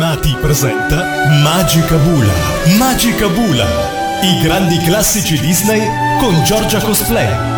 Animati presenta Magica Bula. Magica Bula, i grandi classici Disney con Giorgia Cosplay.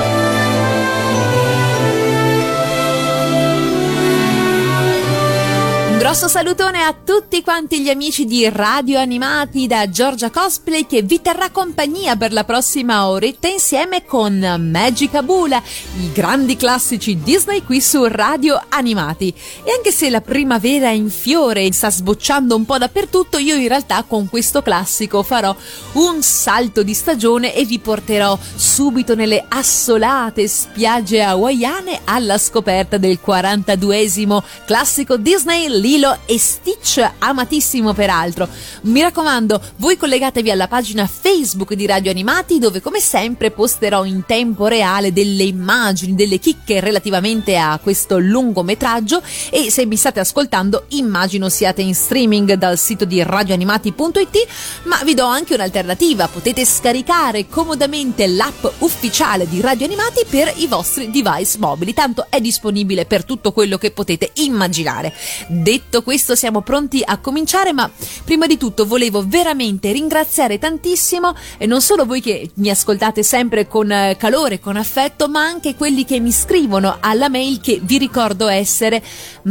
Grosso salutone a tutti quanti gli amici di Radio Animati da Giorgia Cosplay, che vi terrà compagnia per la prossima oretta insieme con Magica Bula, i grandi classici Disney qui su Radio Animati. E anche se la primavera è in fiore e sta sbocciando un po' dappertutto, io in realtà con questo classico farò un salto di stagione e vi porterò subito nelle assolate spiagge hawaiane alla scoperta del 42esimo classico Disney, Lilo e Stitch, amatissimo peraltro. Mi raccomando, voi collegatevi alla pagina Facebook di Radio Animati, dove come sempre posterò in tempo reale delle immagini, delle chicche relativamente a questo lungometraggio. E se mi state ascoltando, immagino siate in streaming dal sito di radioanimati.it, ma vi do anche un'alternativa: potete scaricare comodamente l'app ufficiale di Radio Animati per i vostri device mobili, tanto è disponibile per tutto quello che potete immaginare. Detto questo, siamo pronti a cominciare, ma prima di tutto volevo veramente ringraziare tantissimo e non solo voi che mi ascoltate sempre con calore, con affetto, ma anche quelli che mi scrivono alla mail, che vi ricordo essere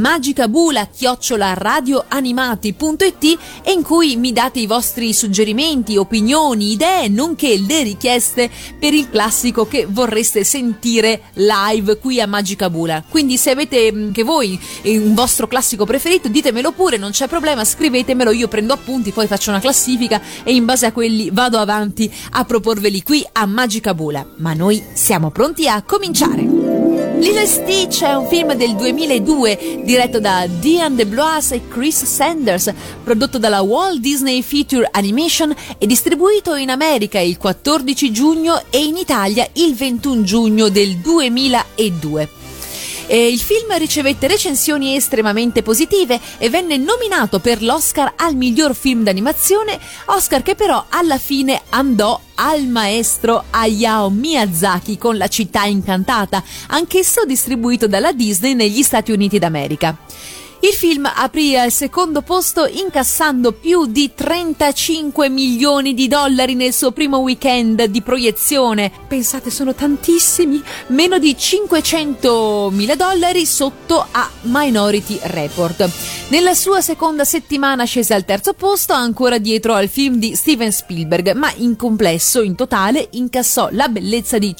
magicabula@radioanimati.it, e in cui mi date i vostri suggerimenti, opinioni, idee, nonché le richieste per il classico che vorreste sentire live qui a Magica Bula. Quindi se avete che voi un vostro classico preferito, ditemelo pure, non c'è problema, scrivetemelo, io prendo appunti, poi faccio una classifica e in base a quelli vado avanti a proporveli qui a Magica Bula. Ma noi siamo pronti a cominciare. Lilo e Stitch è un film del 2002 diretto da Diane DeBlois e Chris Sanders, prodotto dalla Walt Disney Feature Animation e distribuito in America il 14 giugno e in Italia il 21 giugno del 2002. Il film ricevette recensioni estremamente positive e venne nominato per l'Oscar al miglior film d'animazione, Oscar che però alla fine andò al maestro Hayao Miyazaki con La città incantata, anch'esso distribuito dalla Disney negli Stati Uniti d'America. Il film aprì al secondo posto incassando più di 35 milioni di dollari nel suo primo weekend di proiezione. Pensate, sono tantissimi, meno di 500 mila dollari sotto a Minority Report. Nella sua seconda settimana scese al terzo posto, ancora dietro al film di Steven Spielberg, ma in complesso, in totale, incassò la bellezza di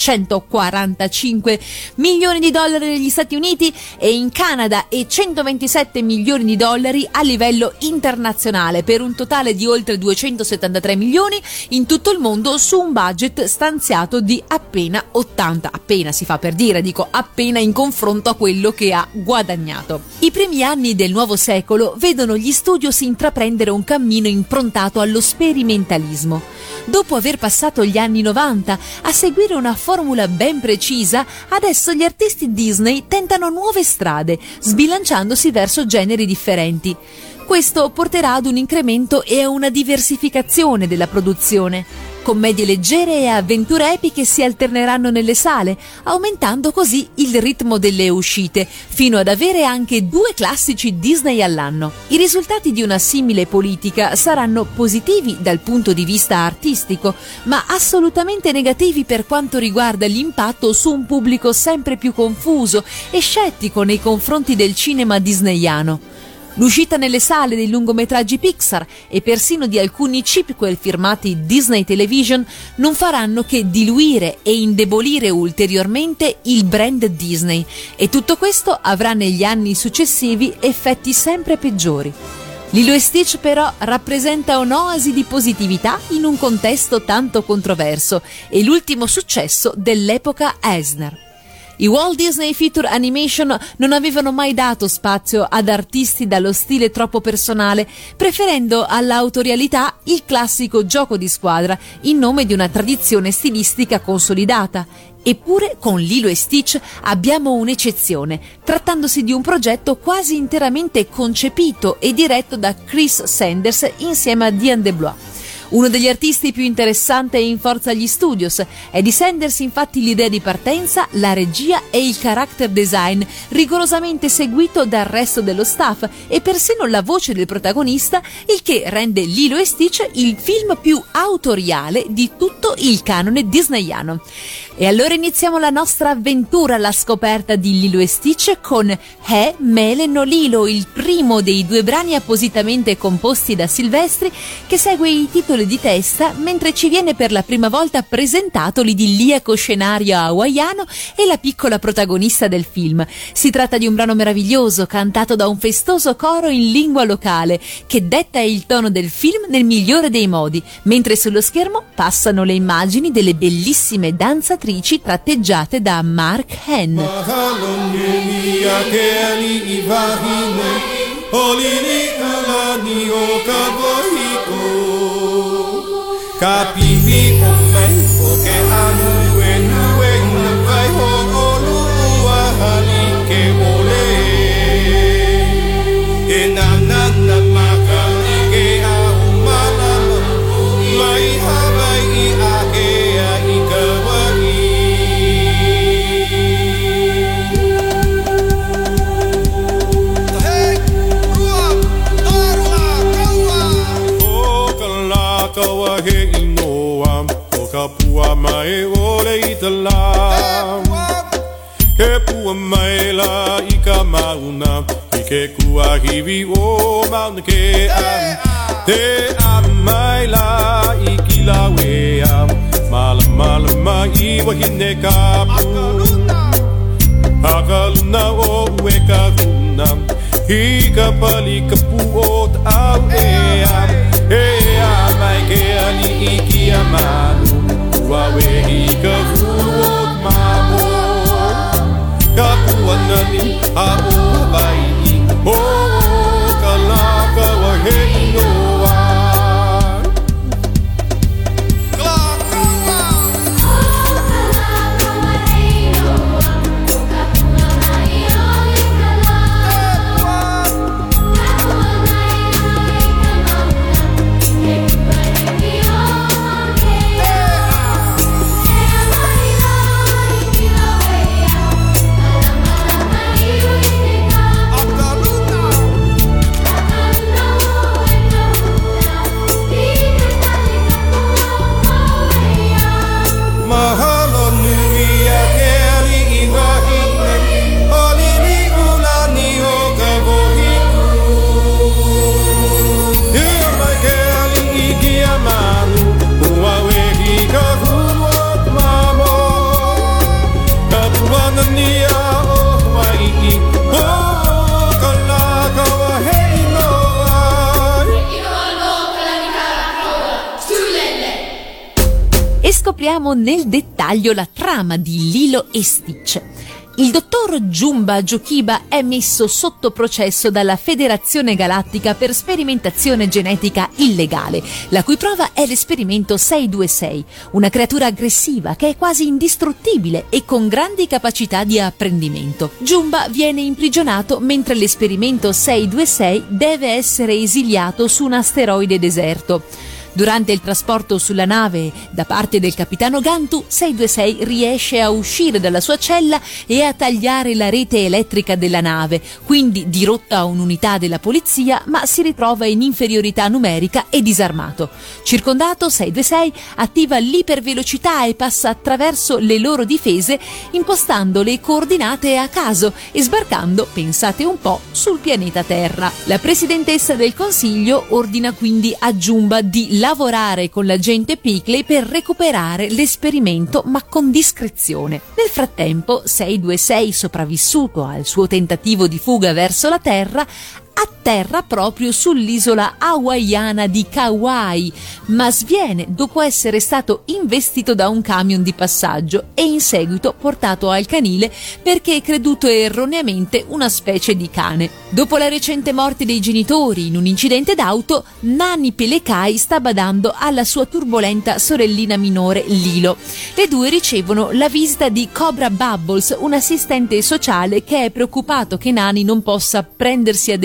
145 milioni di dollari negli Stati Uniti e in Canada e 127 milioni di dollari a livello internazionale, per un totale di oltre 273 milioni in tutto il mondo su un budget stanziato di appena 80, appena si fa per dire, dico appena in confronto a quello che ha guadagnato. I primi anni del nuovo secolo vedono gli studios intraprendere un cammino improntato allo sperimentalismo. Dopo aver passato gli anni 90 a seguire una formula ben precisa, adesso gli artisti Disney tentano nuove strade, sbilanciandosi verso generi differenti. Questo porterà ad un incremento e a una diversificazione della produzione. Commedie leggere e avventure epiche si alterneranno nelle sale, aumentando così il ritmo delle uscite, fino ad avere anche 2 classici Disney all'anno. I risultati di una simile politica saranno positivi dal punto di vista artistico, ma assolutamente negativi per quanto riguarda l'impatto su un pubblico sempre più confuso e scettico nei confronti del cinema disneyano. L'uscita nelle sale dei lungometraggi Pixar e persino di alcuni sequel firmati Disney Television non faranno che diluire e indebolire ulteriormente il brand Disney, e tutto questo avrà negli anni successivi effetti sempre peggiori. Lilo e Stitch però rappresenta un'oasi di positività in un contesto tanto controverso e l'ultimo successo dell'epoca Eisner. I Walt Disney Feature Animation non avevano mai dato spazio ad artisti dallo stile troppo personale, preferendo all'autorialità il classico gioco di squadra in nome di una tradizione stilistica consolidata. Eppure con Lilo e Stitch abbiamo un'eccezione, trattandosi di un progetto quasi interamente concepito e diretto da Chris Sanders insieme a Diane DeBlois. Uno degli artisti più interessanti e in forza agli studios. È di Sanders infatti l'idea di partenza, la regia e il character design, rigorosamente seguito dal resto dello staff e persino la voce del protagonista, il che rende Lilo e Stitch il film più autoriale di tutto il canone disneyano. E allora iniziamo la nostra avventura alla scoperta di Lilo e Stitch con È Meleno Lilo, il primo dei 2 brani appositamente composti da Silvestri, che segue i titoli di testa mentre ci viene per la prima volta presentato l'idilliaco scenario hawaiano e la piccola protagonista del film. Si tratta di un brano meraviglioso cantato da un festoso coro in lingua locale che detta il tono del film nel migliore dei modi, mentre sullo schermo passano le immagini delle bellissime danzatrici tratteggiate da Mark Henn. Pua mai ole itala ke pua mai la ika mauna ke kua hivi o maun ke am te am mai la ikila we am mala mala mai wa hine ka akaluna o we ka kuna hika pali ka puot au e am mai ke ali iki amanu Wawe ika fuot mamo Kapuanani haulai O kalaka wa heinoa Scopriamo nel dettaglio la trama di Lilo e Stitch. Il dottor Jumba Jokiba è messo sotto processo dalla Federazione Galattica per sperimentazione genetica illegale, la cui prova è l'esperimento 626, una creatura aggressiva che è quasi indistruttibile e con grandi capacità di apprendimento. Jumba viene imprigionato mentre l'esperimento 626 deve essere esiliato su un asteroide deserto. Durante il trasporto sulla nave da parte del capitano Gantu, 626 riesce a uscire dalla sua cella e a tagliare la rete elettrica della nave, quindi dirotta un'unità della polizia, ma si ritrova in inferiorità numerica e disarmato. Circondato, 626 attiva l'ipervelocità e passa attraverso le loro difese impostando le coordinate a caso e sbarcando, pensate un po', sul pianeta Terra. La presidentessa del Consiglio ordina quindi a Jumba di lavorare con l'agente Pickley per recuperare l'esperimento, ma con discrezione. Nel frattempo, 626, sopravvissuto al suo tentativo di fuga verso la Terra, atterra proprio sull'isola hawaiana di Kauai, ma sviene dopo essere stato investito da un camion di passaggio e in seguito portato al canile perché è creduto erroneamente una specie di cane. Dopo la recente morte dei genitori in un incidente d'auto, Nani Pelekai sta badando alla sua turbolenta sorellina minore Lilo. Le due ricevono la visita di Cobra Bubbles, un assistente sociale che è preoccupato che Nani non possa prendersi adeguatamente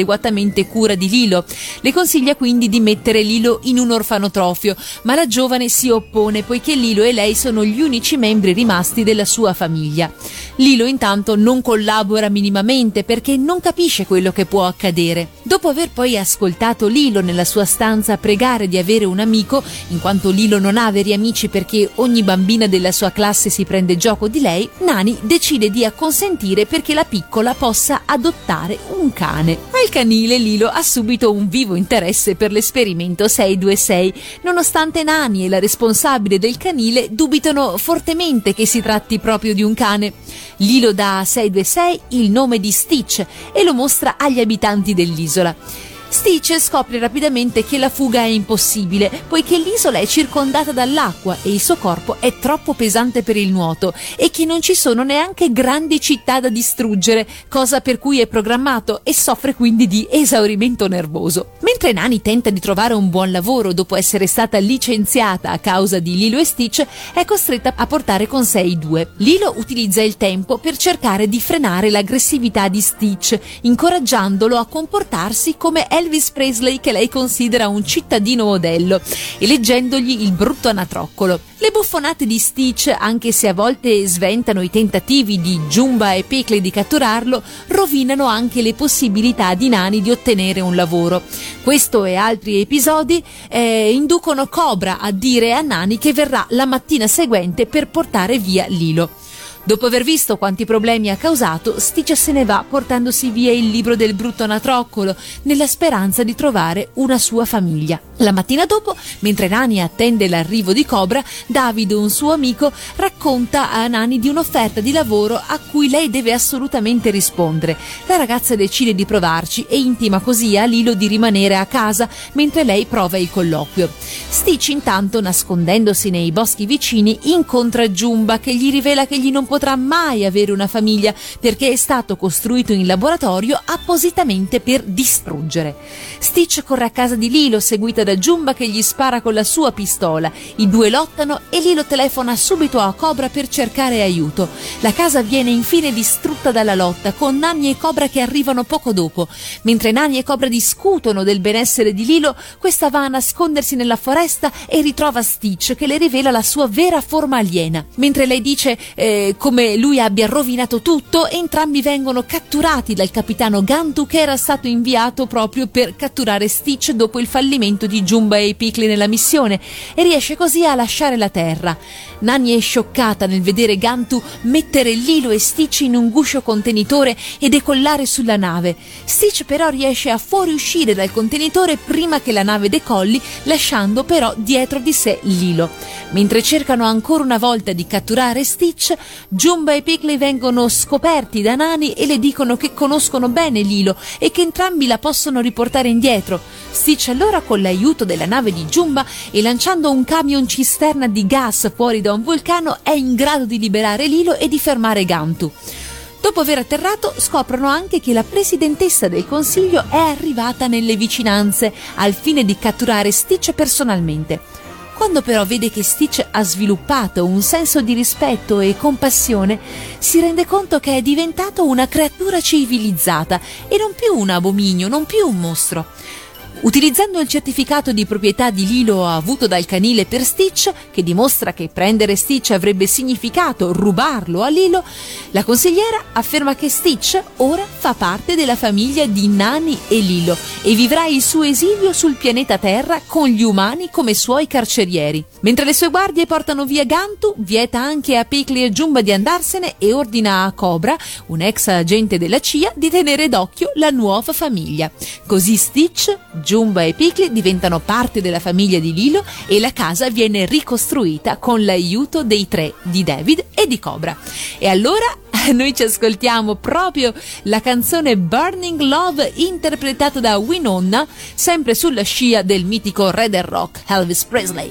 completamente cura di Lilo. Le consiglia quindi di mettere Lilo in un orfanotrofio, ma la giovane si oppone poiché Lilo e lei sono gli unici membri rimasti della sua famiglia. Lilo intanto non collabora minimamente perché non capisce quello che può accadere. Dopo aver poi ascoltato Lilo nella sua stanza pregare di avere un amico, in quanto Lilo non ha veri amici perché ogni bambina della sua classe si prende gioco di lei, Nani decide di acconsentire perché la piccola possa adottare un cane. Al canile Lilo ha subito un vivo interesse per l'esperimento 626, nonostante Nani e la responsabile del canile dubitano fortemente che si tratti proprio di un cane. Lilo dà a 626 il nome di Stitch e lo mostra agli abitanti dell'isola. Stitch scopre rapidamente che la fuga è impossibile, poiché l'isola è circondata dall'acqua e il suo corpo è troppo pesante per il nuoto e che non ci sono neanche grandi città da distruggere, cosa per cui è programmato e soffre quindi di esaurimento nervoso. Mentre Nani tenta di trovare un buon lavoro dopo essere stata licenziata a causa di Lilo e Stitch, è costretta a portare con sé i due. Lilo utilizza il tempo per cercare di frenare l'aggressività di Stitch, incoraggiandolo a comportarsi come Elvis Presley, che lei considera un cittadino modello, e leggendogli il brutto anatroccolo. Le buffonate di Stitch, anche se a volte sventano i tentativi di Jumba e Pickley di catturarlo, rovinano anche le possibilità di Nani di ottenere un lavoro. Questo e altri episodi inducono Cobra a dire a Nani che verrà la mattina seguente per portare via Lilo. Dopo aver visto quanti problemi ha causato, Stitch se ne va portandosi via il libro del brutto anatroccolo, nella speranza di trovare una sua famiglia. La mattina dopo, mentre Nani attende l'arrivo di Cobra, David, un suo amico, racconta a Nani di un'offerta di lavoro a cui lei deve assolutamente rispondere. La ragazza decide di provarci e intima così a Lilo di rimanere a casa mentre lei prova il colloquio. Stitch intanto, nascondendosi nei boschi vicini, incontra Jumba, che gli rivela che gli non potrà mai avere una famiglia perché è stato costruito in laboratorio appositamente per distruggere. Stitch corre a casa di Lilo, seguita da Jumba che gli spara con la sua pistola. I due lottano e Lilo telefona subito a Cobra per cercare aiuto. La casa viene infine distrutta dalla lotta, con Nani e Cobra che arrivano poco dopo. Mentre Nani e Cobra discutono del benessere di Lilo, questa va a nascondersi nella foresta e ritrova Stitch, che le rivela la sua vera forma aliena. Mentre lei dice come lui abbia rovinato tutto, entrambi vengono catturati dal capitano Gantu, che era stato inviato proprio per catturare Stitch dopo il fallimento di Jumba e Pickley nella missione, e riesce così a lasciare la terra. Nani è scioccata nel vedere Gantu mettere Lilo e Stitch in un guscio contenitore e decollare sulla nave. Stitch però riesce a fuoriuscire dal contenitore prima che la nave decolli, lasciando però dietro di sé Lilo. Mentre cercano ancora una volta di catturare Stitch, Jumba e Pickley vengono scoperti da Nani e le dicono che conoscono bene Lilo e che entrambi la possono riportare indietro. Stitch allora, con l'aiuto della nave di Jumba e lanciando un camion cisterna di gas fuori da un vulcano, è in grado di liberare Lilo e di fermare Gantu. Dopo aver atterrato, scoprono anche che la presidentessa del consiglio è arrivata nelle vicinanze al fine di catturare Stitch personalmente. Quando però vede che Stitch ha sviluppato un senso di rispetto e compassione, si rende conto che è diventato una creatura civilizzata e non più un abominio, non più un mostro. Utilizzando il certificato di proprietà di Lilo avuto dal canile per Stitch, che dimostra che prendere Stitch avrebbe significato rubarlo a Lilo, la consigliera afferma che Stitch ora fa parte della famiglia di Nani e Lilo e vivrà il suo esilio sul pianeta Terra con gli umani come suoi carcerieri. Mentre le sue guardie portano via Gantu, vieta anche a Pickley e Jumba di andarsene e ordina a Cobra, un ex agente della CIA, di tenere d'occhio la nuova famiglia. Così Stitch, Jumba e Pickley diventano parte della famiglia di Lilo e la casa viene ricostruita con l'aiuto dei tre, di David e di Cobra. E allora noi ci ascoltiamo proprio la canzone Burning Love, interpretata da Winona, sempre sulla scia del mitico re del rock Elvis Presley.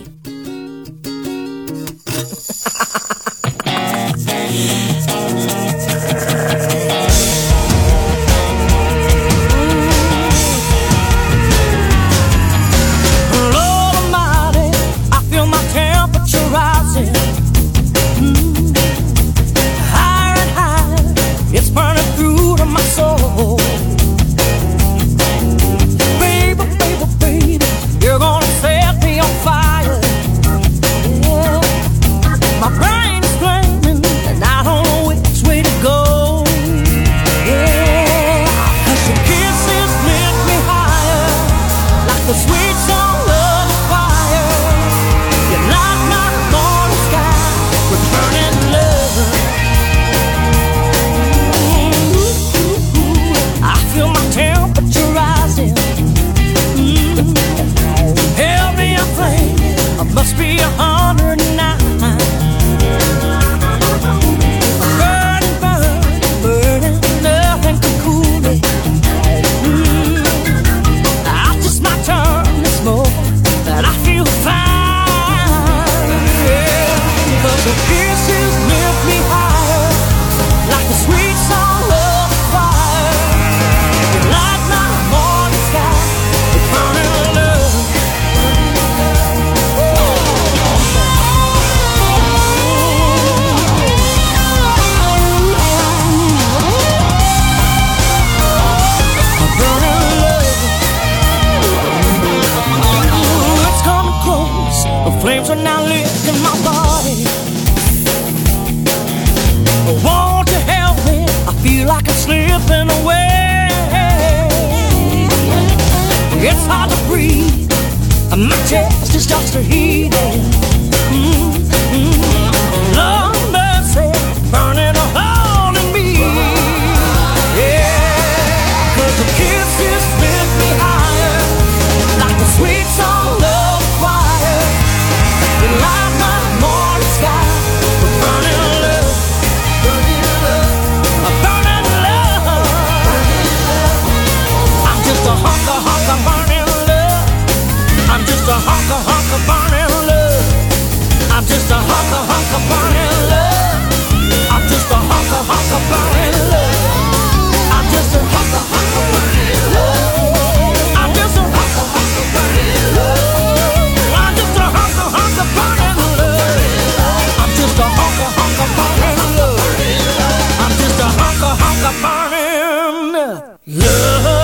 It's burning through to my soul. a burning love.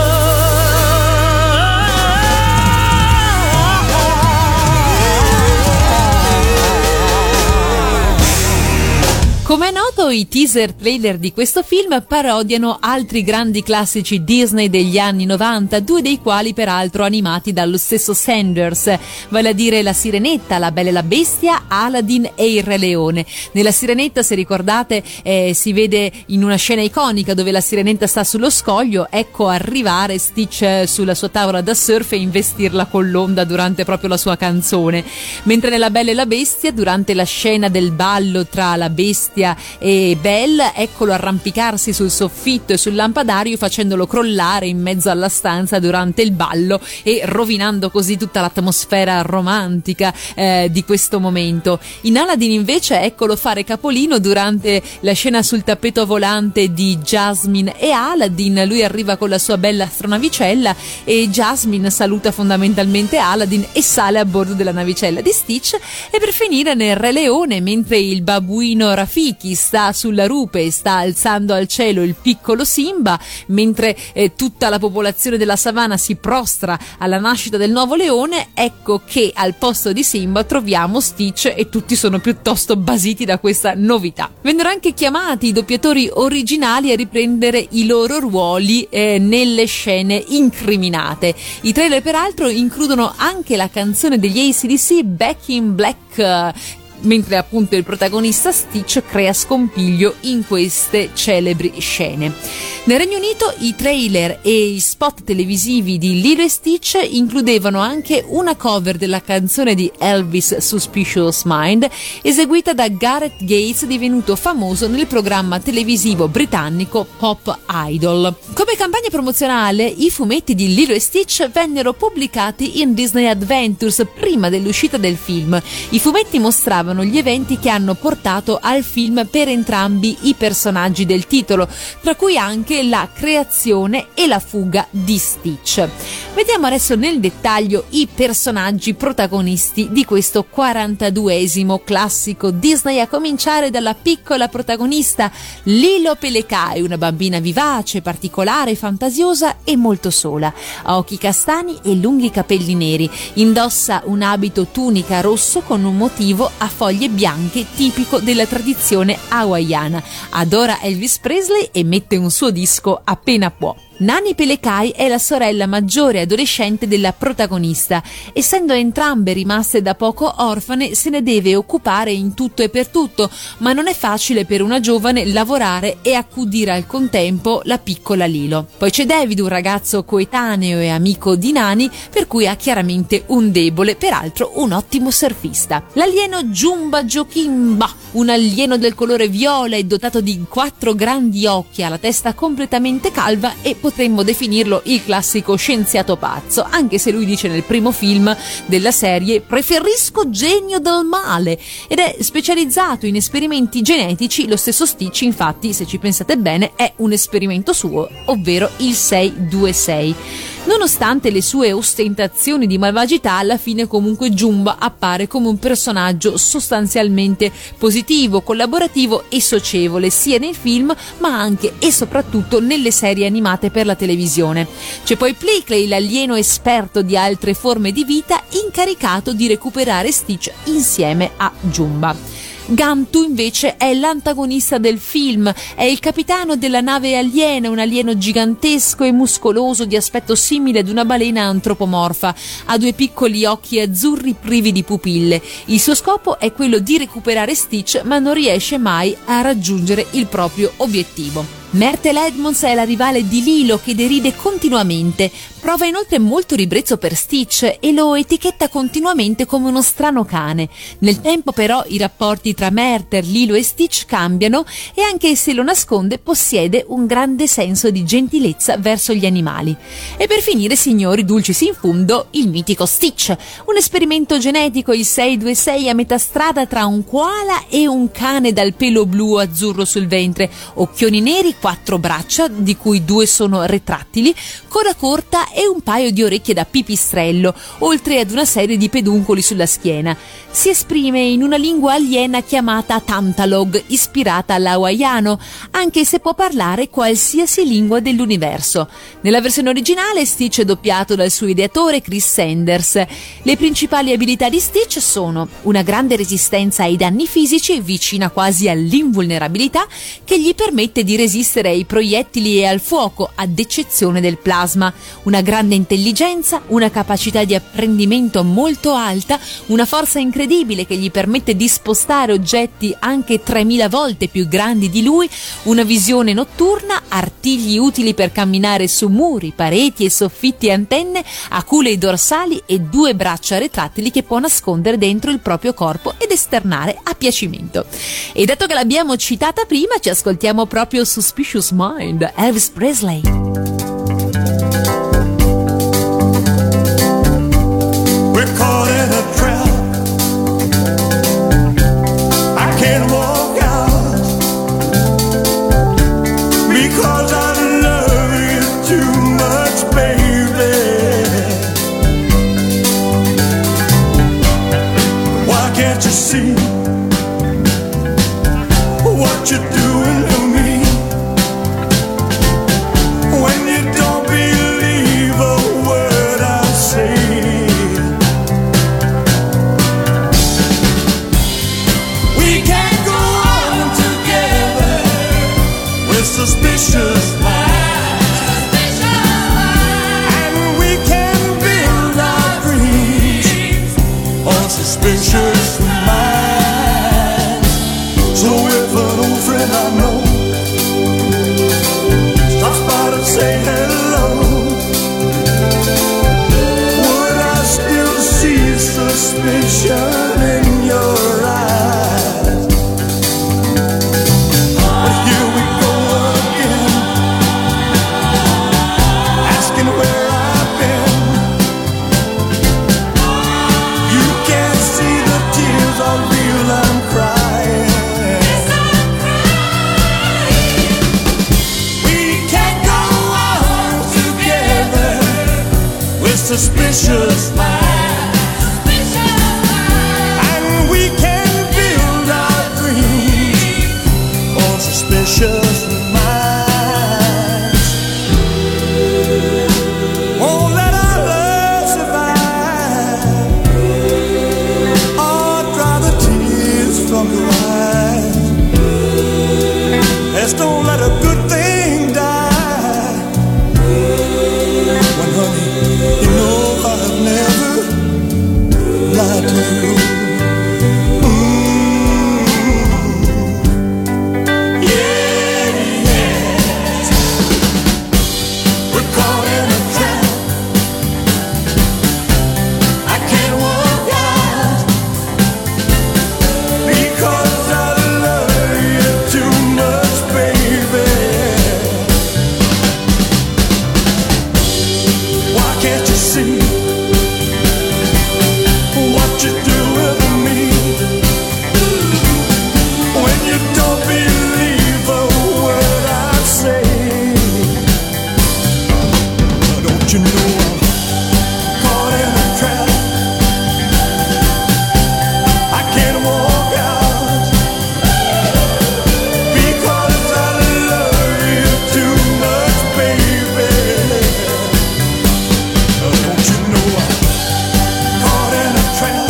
Come è noto, i teaser trailer di questo film parodiano altri grandi classici Disney degli anni 90, due dei quali peraltro animati dallo stesso Sanders, vale a dire La Sirenetta, La Bella e la Bestia, Aladdin e il Re Leone. Nella Sirenetta, se ricordate, si vede in una scena iconica dove la Sirenetta sta sullo scoglio, ecco arrivare Stitch sulla sua tavola da surf e investirla con l'onda durante proprio la sua canzone. Mentre nella Bella e la Bestia, durante la scena del ballo tra la bestia e Belle, eccolo arrampicarsi sul soffitto e sul lampadario facendolo crollare in mezzo alla stanza durante il ballo e rovinando così tutta l'atmosfera romantica di questo momento. In Aladdin invece eccolo fare capolino durante la scena sul tappeto volante di Jasmine e Aladdin. Lui arriva con la sua bella astronavicella e Jasmine saluta fondamentalmente Aladdin e sale a bordo della navicella di Stitch. E per finire nel Re Leone, mentre il babbuino Rafiki sta sulla rupe e sta alzando al cielo il piccolo Simba, mentre tutta la popolazione della savana si prostra alla nascita del nuovo leone, ecco che al posto di Simba troviamo Stitch e tutti sono piuttosto basiti da questa novità. Vennero anche chiamati i doppiatori originali a riprendere i loro ruoli nelle scene incriminate. I trailer peraltro includono anche la canzone degli AC/DC Back in Black, mentre appunto il protagonista Stitch crea scompiglio in queste celebri scene. Nel Regno Unito i trailer e i spot televisivi di Lilo e Stitch includevano anche una cover della canzone di Elvis Suspicious Mind eseguita da Gareth Gates, divenuto famoso nel programma televisivo britannico Pop Idol. Come campagna promozionale, i fumetti di Lilo e Stitch vennero pubblicati in Disney Adventures prima dell'uscita del film. I fumetti mostravano gli eventi che hanno portato al film per entrambi i personaggi del titolo, tra cui anche la creazione e la fuga di Stitch. Vediamo adesso nel dettaglio i personaggi protagonisti di questo 42esimo classico Disney, a cominciare dalla piccola protagonista Lilo Pelekai, una bambina vivace, particolare, fantasiosa e molto sola. Ha occhi castani e lunghi capelli neri, indossa un abito tunica rosso con un motivo a foglie bianche tipico della tradizione hawaiana. Adora Elvis Presley e mette un suo disco appena può. Nani Pelekai è la sorella maggiore adolescente della protagonista. Essendo entrambe rimaste da poco orfane, se ne deve occupare in tutto e per tutto, ma non è facile per una giovane lavorare e accudire al contempo la piccola Lilo. Poi c'è David, un ragazzo coetaneo e amico di Nani, per cui ha chiaramente un debole, peraltro un ottimo surfista. L'alieno Jumba Jokimba, un alieno del colore viola e dotato di 4 grandi occhi, ha la testa completamente calva e potremmo definirlo il classico scienziato pazzo, anche se lui dice nel primo film della serie preferisco genio del male, ed è specializzato in esperimenti genetici. Lo stesso Stitch, infatti, se ci pensate bene, è un esperimento suo, ovvero il 626. Nonostante le sue ostentazioni di malvagità, alla fine comunque Jumba appare come un personaggio sostanzialmente positivo, collaborativo e socievole, sia nei film ma anche e soprattutto nelle serie animate per la televisione. C'è poi Pleakley, l'alieno esperto di altre forme di vita, incaricato di recuperare Stitch insieme a Jumba. Gantu invece è l'antagonista del film, è il capitano della nave aliena, un alieno gigantesco e muscoloso di aspetto simile ad una balena antropomorfa, ha 2 piccoli occhi azzurri privi di pupille. Il suo scopo è quello di recuperare Stitch, ma non riesce mai a raggiungere il proprio obiettivo. Myrtle Edmonds è la rivale di Lilo, che deride continuamente. Prova inoltre molto ribrezzo per Stitch e lo etichetta continuamente come uno strano cane. Nel tempo però i rapporti tra Myrtle, Lilo e Stitch cambiano, e anche se lo nasconde possiede un grande senso di gentilezza verso gli animali. E per finire, signori, dulcis in fundo, il mitico Stitch, un esperimento genetico, il 626, a metà strada tra un koala e un cane dal pelo blu o azzurro sul ventre, occhioni neri, 4 braccia, di cui 2 sono retrattili, coda corta e un paio di orecchie da pipistrello, oltre ad una serie di peduncoli sulla schiena. Si esprime in una lingua aliena chiamata Tantalog, ispirata all'hawaiano, anche se può parlare qualsiasi lingua dell'universo. Nella versione originale Stitch è doppiato dal suo ideatore Chris Sanders. Le principali abilità di Stitch sono una grande resistenza ai danni fisici, vicina quasi all'invulnerabilità, che gli permette di resistere ai proiettili e al fuoco, ad eccezione del plasma, una grande intelligenza, una capacità di apprendimento molto alta, una forza incredibile che gli permette di spostare oggetti anche 3000 volte più grandi di lui, una visione notturna, artigli utili per camminare su muri, pareti e soffitti e antenne, aculei dorsali e 2 braccia retrattili che può nascondere dentro il proprio corpo ed esternare a piacimento. E dato che l'abbiamo citata prima, ci ascoltiamo proprio Suspicious Mind, Elvis Presley. We're caught in a trap. I can't walk out because I love you too much, baby. Why can't you see what you're doing to me? When you don't believe a word I say, we can't go on together with suspicious minds, and we can build our dreams on suspicious minds. So if an old friend I know stops by to say hello, would I still see suspicion in your eyes? But here we go again, asking where I've been. You can't see the tears I feel I'm crying. We can't go on together with suspicious minds, and we can build our dreams on suspicious minds. Won't let our love survive, or dry the tears from your eyes. Let's don't let a good thing die. When honey, you know I've never lied to you. Yes. We're caught in a trap. I can't walk out because I love you too much, baby. Why can't you see what you're doing to me? When you don't believe a word I say, don't you know I'm caught in a trap? I can't walk out because I love you too much, baby. Don't you know I'm caught in a trap?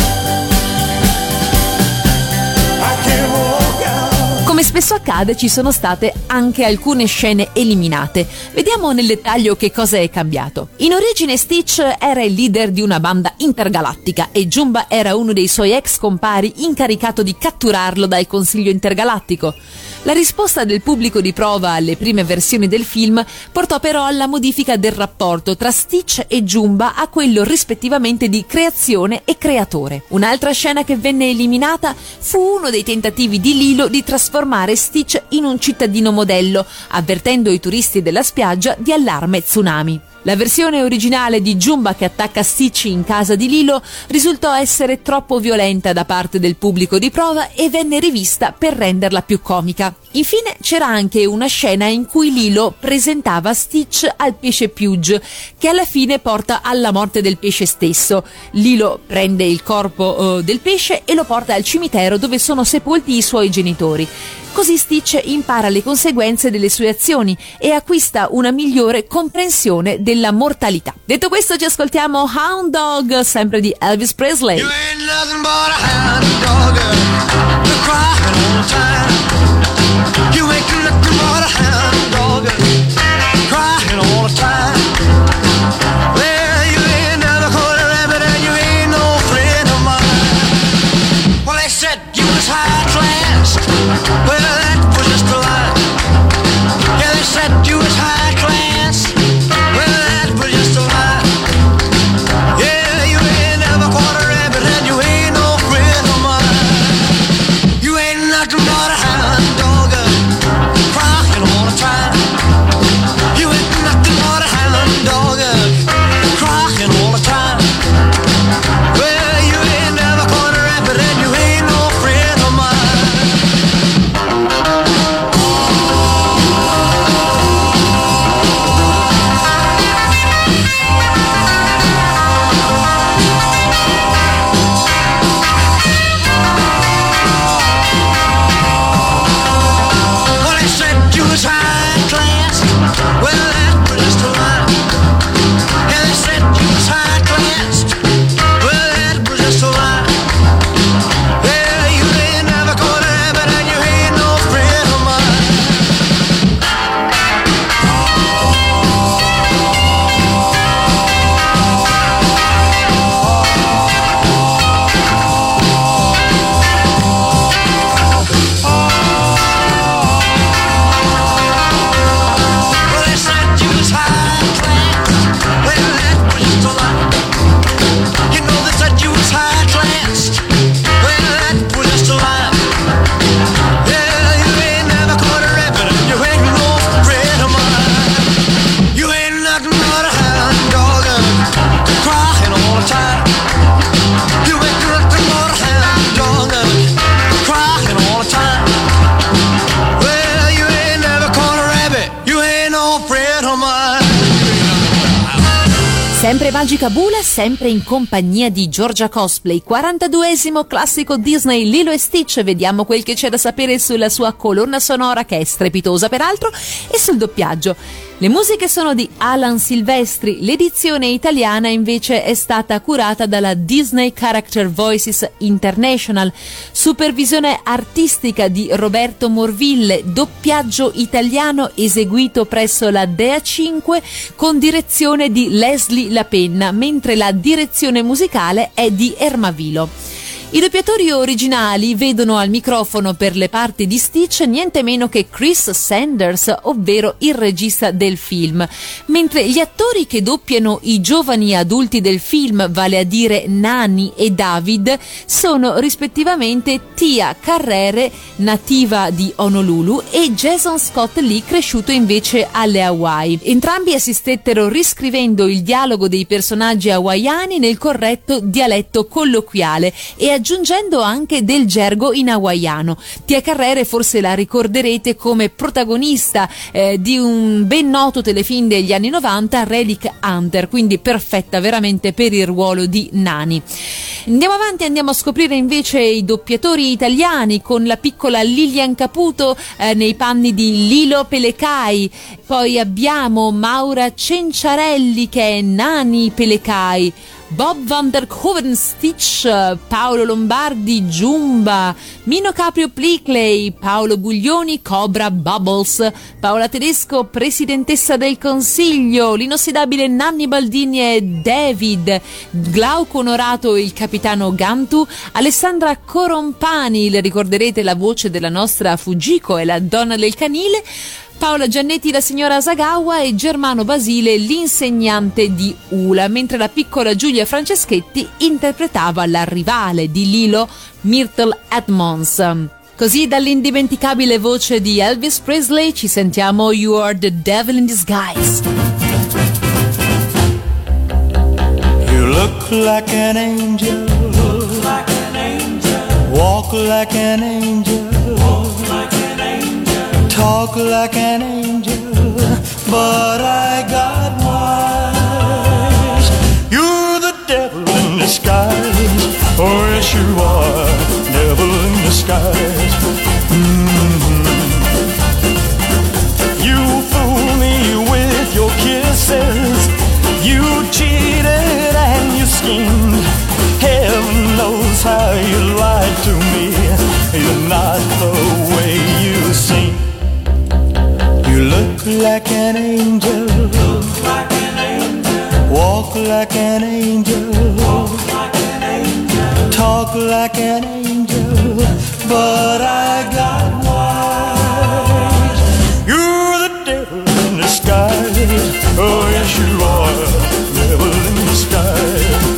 I can't walk out. Come spesso accade, ci sono state anche alcune scene eliminate. Vediamo nel dettaglio che cosa è cambiato. In origine Stitch era il leader di una banda intergalattica e Jumba era uno dei suoi ex compari incaricato di catturarlo dal Consiglio Intergalattico. La risposta del pubblico di prova alle prime versioni del film portò però alla modifica del rapporto tra Stitch e Jumba a quello rispettivamente di creazione e creatore. Un'altra scena che venne eliminata fu uno dei tentativi di Lilo di trasformare Stitch Stitch in un cittadino modello, avvertendo i turisti della spiaggia di allarme tsunami. La versione originale di Jumba che attacca Stitch in casa di Lilo risultò essere troppo violenta da parte del pubblico di prova e venne rivista per renderla più comica. Infine c'era anche una scena in cui Lilo presentava Stitch al pesce Pugh, che alla fine porta alla morte del pesce stesso. Lilo prende il corpo del pesce e lo porta al cimitero dove sono sepolti i suoi genitori. Così Stitch impara le conseguenze delle sue azioni e acquista una migliore comprensione della mortalità. Detto questo, ci ascoltiamo Hound Dog, sempre di Elvis Presley. You ain't nothing but a hound dog, you're crying all the time. You ain't nothing but a hound dog, crying all the time. Well, you ain't never caught a rabbit and you ain't no friend of mine. Well, they said you was high class. Well, that was just a lie. Yeah, they said you was high class. Well, that was just a lie. Yeah, you ain't never caught a rabbit and you ain't no friend of mine. You ain't nothing but a hound dog, crying all the time. You ain't nothing but a hound dog, crying all the time. Well, you ain't never caught a rabbit and you ain't no friend of mine. Well, they said you was high class. Well, that was just a lie. Yeah, they said you was high class. Well, that was just a lie. Yeah, you ain't never caught a rabbit and you ain't no friend of mine. Well, they said you was high class. Well, that was just a lie. You know they said you was high class. Well, that was just a lie. Yeah, you ain't never caught a rabbit and you ain't no friend of mine. You ain't nothing but a hound dog, crying all the time. You ain't nothing but a hound dog, crying all the time. Well, you ain't never caught a rabbit, you ain't no friend of mine. Sempre Magica Bula, sempre in compagnia di Giorgia Cosplay, 42esimo classico Disney Lilo e Stitch. Vediamo quel che c'è da sapere sulla sua colonna sonora, che è strepitosa peraltro, e sul doppiaggio. Le musiche sono di Alan Silvestri, l'edizione italiana invece è stata curata dalla Disney Character Voices International, supervisione artistica di Roberto Morville, doppiaggio italiano eseguito presso la Dea 5 con direzione di Leslie Lapenna, mentre la direzione musicale è di Ermavilo. I doppiatori originali vedono al microfono per le parti di Stitch niente meno che Chris Sanders, ovvero il regista del film, mentre gli attori che doppiano i giovani adulti del film, vale a dire Nani e David, sono rispettivamente Tia Carrere, nativa di Honolulu, e Jason Scott Lee, cresciuto invece alle Hawaii. Entrambi assistettero riscrivendo il dialogo dei personaggi hawaiani nel corretto dialetto colloquiale e aggiungendo anche del gergo in hawaiano. Tia Carrere forse la ricorderete come protagonista di un ben noto telefilm degli anni 90, Relic Hunter, quindi perfetta veramente per il ruolo di Nani. Andiamo avanti, andiamo a scoprire invece i doppiatori italiani con la piccola Lilian Caputo nei panni di Lilo Pelecai. Poi abbiamo Maura Cenciarelli che è Nani Pelecai, Bob van der Hoeven Stitch, Paolo Lombardi Jumba, Mino Caprio Plicley, Paolo Guglioni Cobra Bubbles, Paola Tedesco Presidentessa del Consiglio, l'inossidabile Nanni Baldini e David, Glauco Onorato il Capitano Gantu, Alessandra Corompani, le ricorderete la voce della nostra Fujiko e la donna del canile, Paola Giannetti la signora Asagawa e Germano Basile l'insegnante di Ula, mentre la piccola Giulia Franceschetti interpretava la rivale di Lilo, Myrtle Edmonds. Così dall'indimenticabile voce di Elvis Presley ci sentiamo You Are the Devil in Disguise. You look like an angel, walk like an angel, talk like an angel, but I got wise. You're the devil in disguise, oh yes you are, devil in disguise. You fool me with your kisses, you cheated and you schemed. Heaven knows how you lied to me, you're not the way you seem. You look like an angel, walk like an angel, talk like an angel, but I got wise. You're the devil in disguise, oh yes you are, devil in disguise.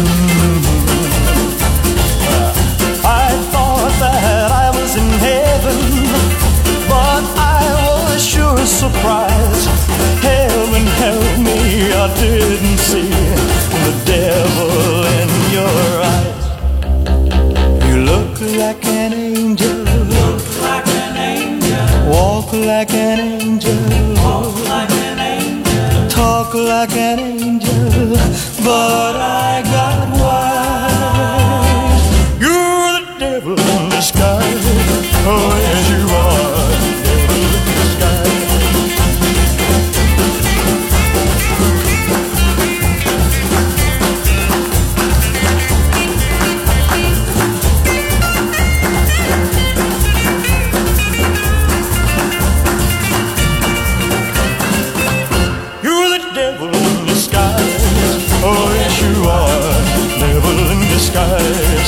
I thought that I was in heaven, but I was sure surprised. Heaven help me, I didn't see the devil in your eyes. You look like an angel, walk like an angel, talk like an angel, but I got wise. You're the devil in disguise, oh yes you are, devil in disguise. Oh yes you are, devil in disguise.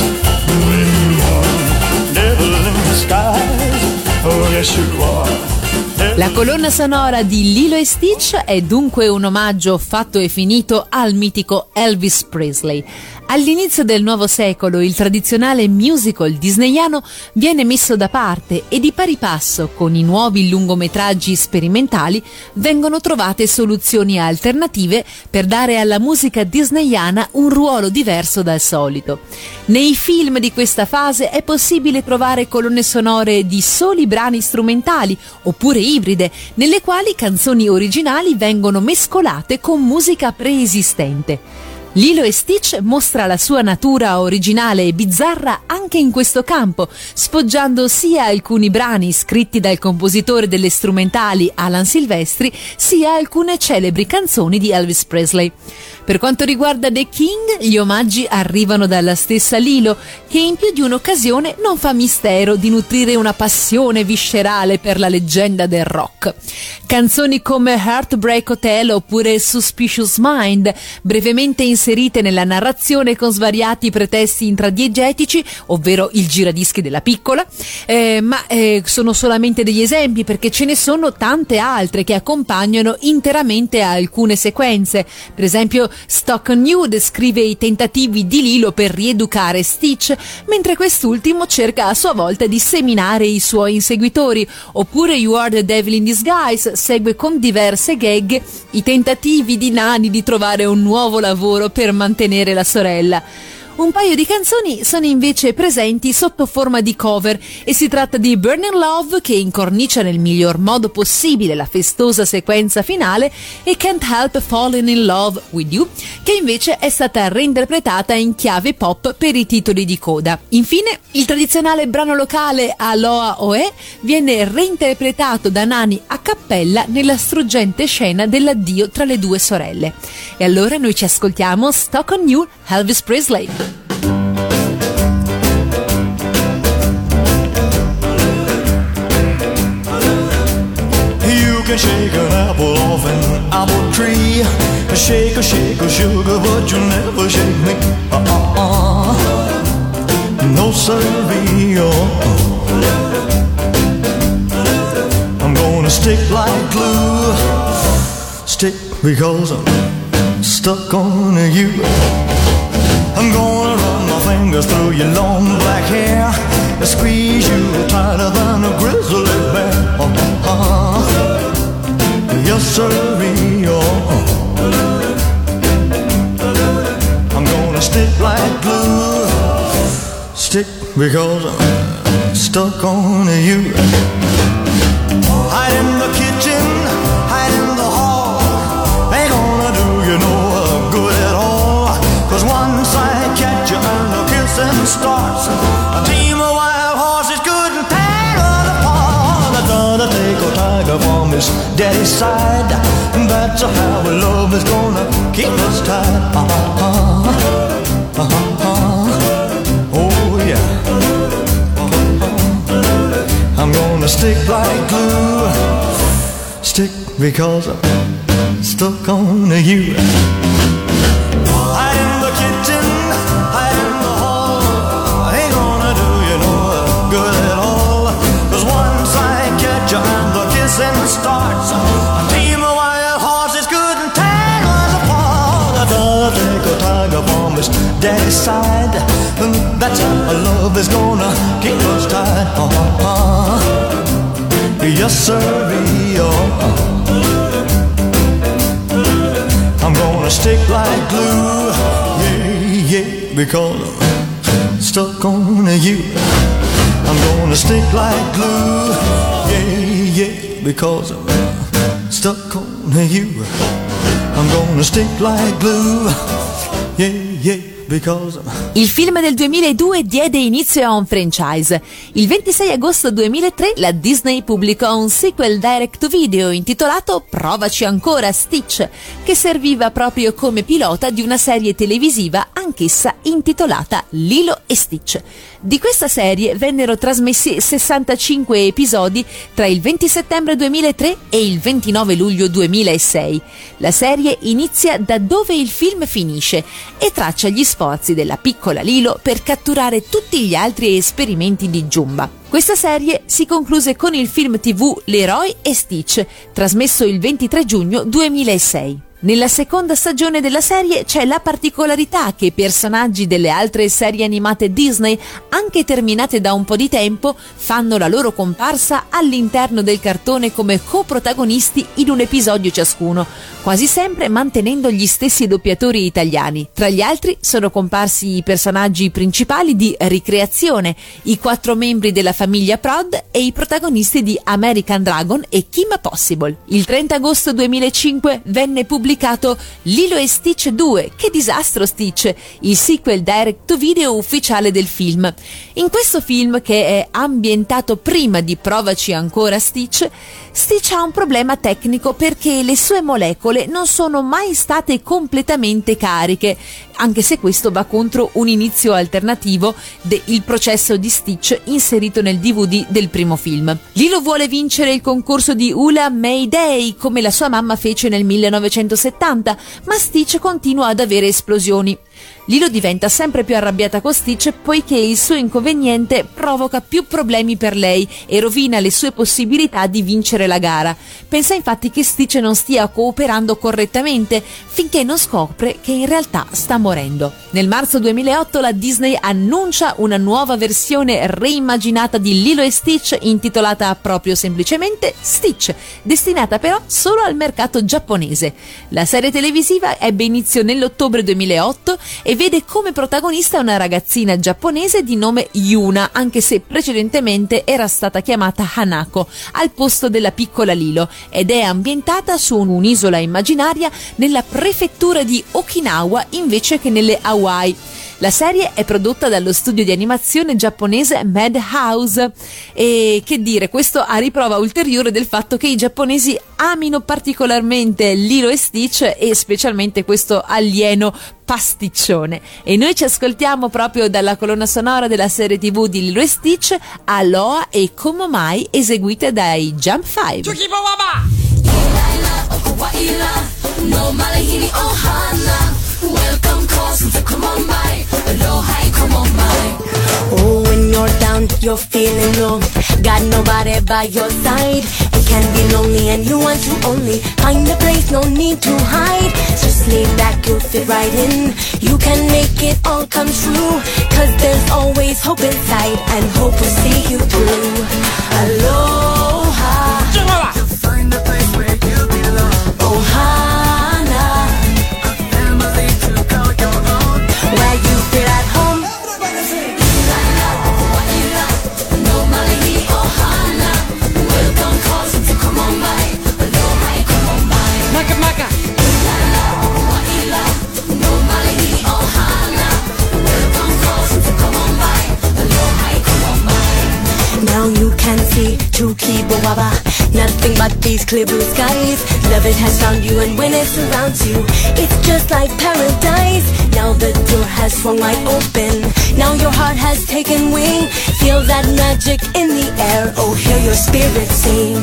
Devil in disguise. Oh yes you are. La colonna sonora di Lilo e Stitch è dunque un omaggio fatto e finito al mitico Elvis Presley. All'inizio del nuovo secolo il tradizionale musical disneyano viene messo da parte e di pari passo con i nuovi lungometraggi sperimentali vengono trovate soluzioni alternative per dare alla musica disneyana un ruolo diverso dal solito. Nei film di questa fase è possibile trovare colonne sonore di soli brani strumentali oppure ibride, nelle quali canzoni originali vengono mescolate con musica preesistente. Lilo e Stitch mostra la sua natura originale e bizzarra anche in questo campo, sfoggiando sia alcuni brani scritti dal compositore delle strumentali Alan Silvestri, sia alcune celebri canzoni di Elvis Presley. Per quanto riguarda The King, gli omaggi arrivano dalla stessa Lilo, che in più di un'occasione non fa mistero di nutrire una passione viscerale per la leggenda del rock. Canzoni come Heartbreak Hotel oppure Suspicious Mind, brevemente inserite nella narrazione con svariati pretesti intradiegetici, ovvero il giradischi della piccola, ma sono solamente degli esempi perché ce ne sono tante altre che accompagnano interamente a alcune sequenze. Per esempio Stock on You descrive i tentativi di Lilo per rieducare Stitch, mentre quest'ultimo cerca a sua volta di seminare i suoi inseguitori, oppure You Are the Devil in Disguise segue con diverse gag i tentativi di Nani di trovare un nuovo lavoro per mantenere la sorella. Un paio di canzoni sono invece presenti sotto forma di cover e si tratta di Burning Love, che incornicia nel miglior modo possibile la festosa sequenza finale, e Can't Help Falling in Love with You, che invece è stata reinterpretata in chiave pop per i titoli di coda. Infine, il tradizionale brano locale Aloha Oe viene reinterpretato da Nani a cappella nella struggente scena dell'addio tra le due sorelle. E allora noi ci ascoltiamo Stock on You, Elvis Presley. You can shake an apple off an apple tree, shake a sugar, but you never shake me. No siree. I'm gonna stick like glue, stick because I'm stuck on you. I'm gonna run my fingers through your long black hair, squeeze you tighter than a grizzly bear. Yes, sirree, I'm gonna stick like glue. Stick because I'm stuck on you. Hide in the kitchen, hide in the hall. Ain't gonna do you no good at all. 'Cause once I catch you and the kissing starts, a team of wild horses couldn't tear us apart. I gotta take a tiger from his daddy's side. That's how love is gonna keep us tied. Oh yeah. I'm gonna stick like glue. Stick because I'm stuck on you. Hide in the kitchen, hide in the hall. Ain't gonna do you no good at all. 'Cause once I catch you and the kissing starts, a team of wild horses couldn't tear us apart. I gotta take a tiger from his daddy's side. And that's how love is gonna keep us tied. Yes, sirree, I'm gonna stick like glue. Yeah, yeah, because I'm stuck on you. I'm gonna stick like glue. Yeah, yeah, because I'm stuck on you. I'm gonna stick like glue. Yeah, yeah. Il film del 2002 diede inizio a un franchise. Il 26 agosto 2003 la Disney pubblicò un sequel direct to video intitolato Provaci ancora Stitch, che serviva proprio come pilota di una serie televisiva anch'essa intitolata Lilo e Stitch. Di questa serie vennero trasmessi 65 episodi tra il 20 settembre 2003 e il 29 luglio 2006. La serie inizia da dove il film finisce e traccia gli sforzi della piccola Lilo per catturare tutti gli altri esperimenti di Jumba. Questa serie si concluse con il film TV Leroy e Stitch, trasmesso il 23 giugno 2006. Nella seconda stagione della serie c'è la particolarità che i personaggi delle altre serie animate Disney, anche terminate da un po' di tempo, fanno la loro comparsa all'interno del cartone come coprotagonisti in un episodio ciascuno, quasi sempre mantenendo gli stessi doppiatori italiani. Tra gli altri sono comparsi i personaggi principali di Ricreazione, i 4 membri della famiglia Prod e i protagonisti di American Dragon e Kim Possible. Il 30 agosto 2005 venne pubblicato Lilo e Stitch 2, Che disastro Stitch, il sequel direct to video ufficiale del film. In questo film, che è ambientato prima di Provaci ancora Stitch, Stitch ha un problema tecnico perché le sue molecole non sono mai state completamente cariche, anche se questo va contro un inizio alternativo del processo di Stitch inserito nel DVD del primo film. Lilo vuole vincere il concorso di Hula Mayday come la sua mamma fece nel 1970, ma Stitch continua ad avere esplosioni. Lilo diventa sempre più arrabbiata con Stitch poiché il suo inconveniente provoca più problemi per lei e rovina le sue possibilità di vincere la gara. Pensa infatti che Stitch non stia cooperando correttamente finché non scopre che in realtà sta morendo. Nel marzo 2008 la Disney annuncia una nuova versione reimmaginata di Lilo e Stitch intitolata proprio semplicemente Stitch, destinata però solo al mercato giapponese. La serie televisiva ebbe inizio nell'ottobre 2008 e vede come protagonista una ragazzina giapponese di nome Yuna, anche se precedentemente era stata chiamata Hanako, al posto della piccola Lilo, ed è ambientata su un'isola immaginaria nella prefettura di Okinawa invece che nelle Hawaii. La serie è prodotta dallo studio di animazione giapponese Madhouse e, che dire, questo a riprova ulteriore del fatto che i giapponesi amino particolarmente Lilo e Stitch e specialmente questo alieno pasticcione. E noi ci ascoltiamo proprio dalla colonna sonora della serie TV di Lilo e Stitch, Aloha e Como Mai, eseguite dai Jump 5. Welcome, cousin, so come on by. Aloha, come on by. Oh, when you're down, you're feeling low. Got nobody by your side. It can be lonely and you want to only find a place, no need to hide. Just Just lay back, you'll fit right in. You can make it all come true, 'cause there's always hope inside, and hope will see you through. Aloha, You'll find a place where you belong. Ohana, A family to call your own. where you feel at home. Maka maka. Now you can see Tukibawaba, nothing but these clear blue skies. Love it has found you, and when it surrounds you, it's just like paradise. Now the door has swung wide open, now your heart has taken wing. Feel that magic in the air, oh hear your spirit sing.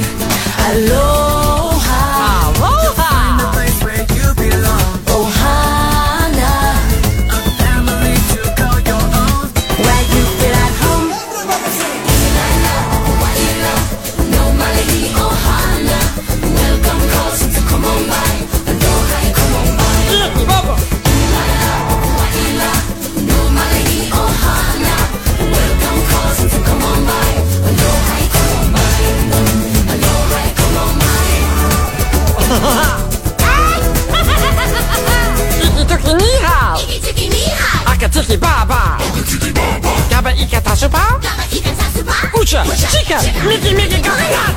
Aloha, Find a place where you belong. Ohana, A family to call your own. where you feel at home. Tiki ni hao. Akatiki baba. Gaba ikata supa. Ucha, chica, Mickey Mickey coconut.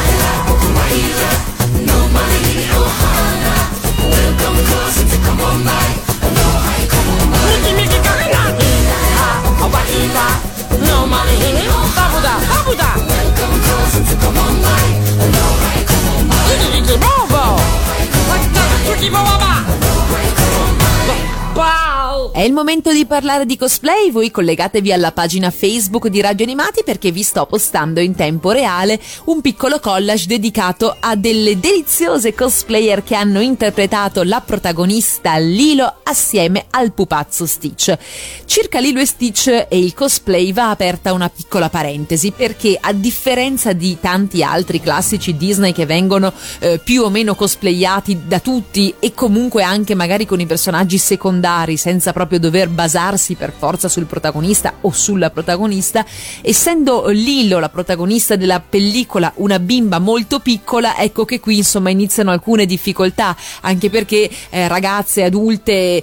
Mickey Mickey coconut. Awaiba. No money in it. Babuda, babuda. Iki iki bobo. Tuki baba. Wow. È il momento di parlare di cosplay, voi collegatevi alla pagina Facebook di Radio Animati perché vi sto postando in tempo reale un piccolo collage dedicato a delle deliziose cosplayer che hanno interpretato la protagonista Lilo assieme al pupazzo Stitch. Circa Lilo e Stitch e il cosplay va aperta una piccola parentesi perché a differenza di tanti altri classici Disney che vengono più o meno cosplayati da tutti e comunque anche magari con i personaggi secondari senza proprio dover basarsi per forza sul protagonista o sulla protagonista, essendo Lilo la protagonista della pellicola una bimba molto piccola, ecco che qui insomma iniziano alcune difficoltà, anche perché ragazze adulte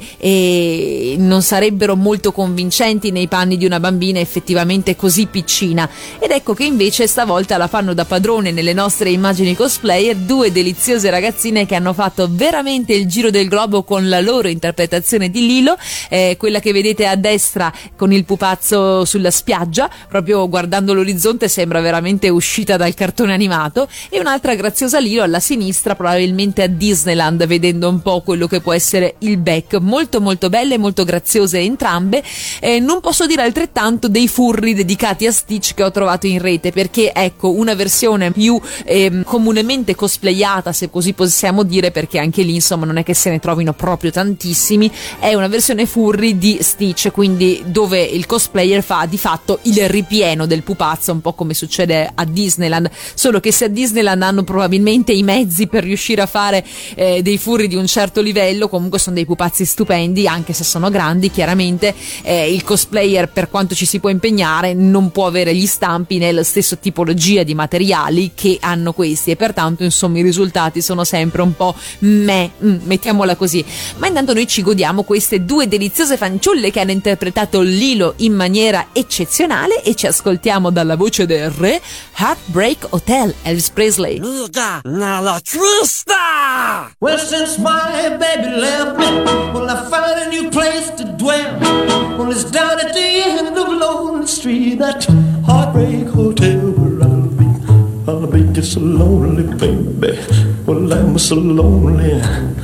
non sarebbero molto convincenti nei panni di una bambina effettivamente così piccina, ed ecco che invece stavolta la fanno da padrone nelle nostre immagini cosplayer due deliziose ragazzine che hanno fatto veramente il giro del globo con la loro interpretazione di Lilo, quella che vedete a destra con il pupazzo sulla spiaggia, proprio guardando l'orizzonte sembra veramente uscita dal cartone animato, e un'altra graziosa Lilo alla sinistra probabilmente a Disneyland, vedendo un po' quello che può essere il back. Molto molto belle, molto graziose entrambe. Non posso dire altrettanto dei furri dedicati a Stitch che ho trovato in rete, perché ecco una versione più comunemente cosplayata, se così possiamo dire, perché anche lì insomma non è che se ne trovino proprio tantissimi, è una versione furry di Stitch, quindi dove il cosplayer fa di fatto il ripieno del pupazzo, un po' come succede a Disneyland, solo che se a Disneyland hanno probabilmente i mezzi per riuscire a fare dei furri di un certo livello, comunque sono dei pupazzi stupendi, anche se sono grandi, chiaramente il cosplayer, per quanto ci si può impegnare, non può avere gli stampi nella stessa tipologia di materiali che hanno questi, e pertanto insomma i risultati sono sempre un po' mettiamola così. Ma intanto noi ci godiamo queste due deliziose fanciulle che hanno interpretato Lilo in maniera eccezionale, e ci ascoltiamo dalla voce del re Heartbreak Hotel, Elvis Presley. Luda nella trista. Well, since my baby left me, well, I found a new place to dwell. Well, it's down at the end of Lonely Street, that Heartbreak Hotel where I'll be just so lonely, baby. Well, I'm so lonely.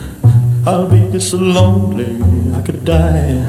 I'll be just so lonely I could die.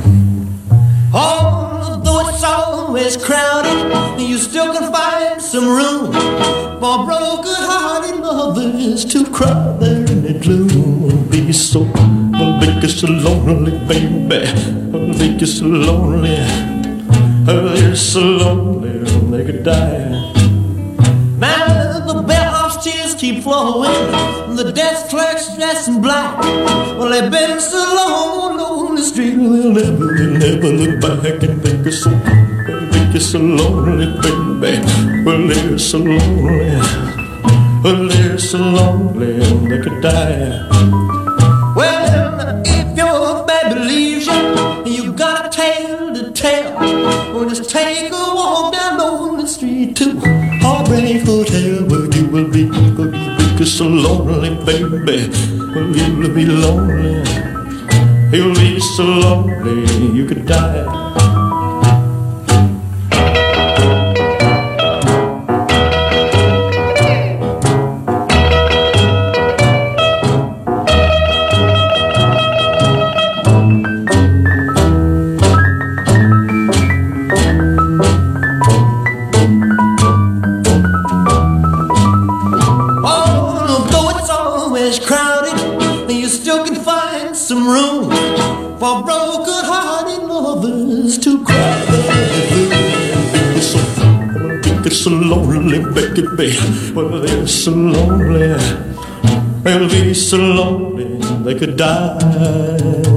Although it's always crowded, you still can find some room for broken-hearted lovers to cry there in the gloom. I'll be so just so lonely, baby. I'll be just so lonely. I'll be just so lonely they could die. Now the bellhop's tears keep keep flowing. The desk clerks dressed in black. Well, they've been so long on the street, they'll never look back and think it's so lonely, baby. Well, they're so lonely. Well, they're so lonely they could die. Well, if your baby leaves you, you got a tale to tell. Well, just take a walk down on the street to Heartbreak Hotel, where you will be so lonely, baby. Well, you'll be lonely. You'll be so lonely you could die. For broken-hearted lovers to cry. They're so lonely, baby. Well, they're so lonely. They'll be so lonely they could die.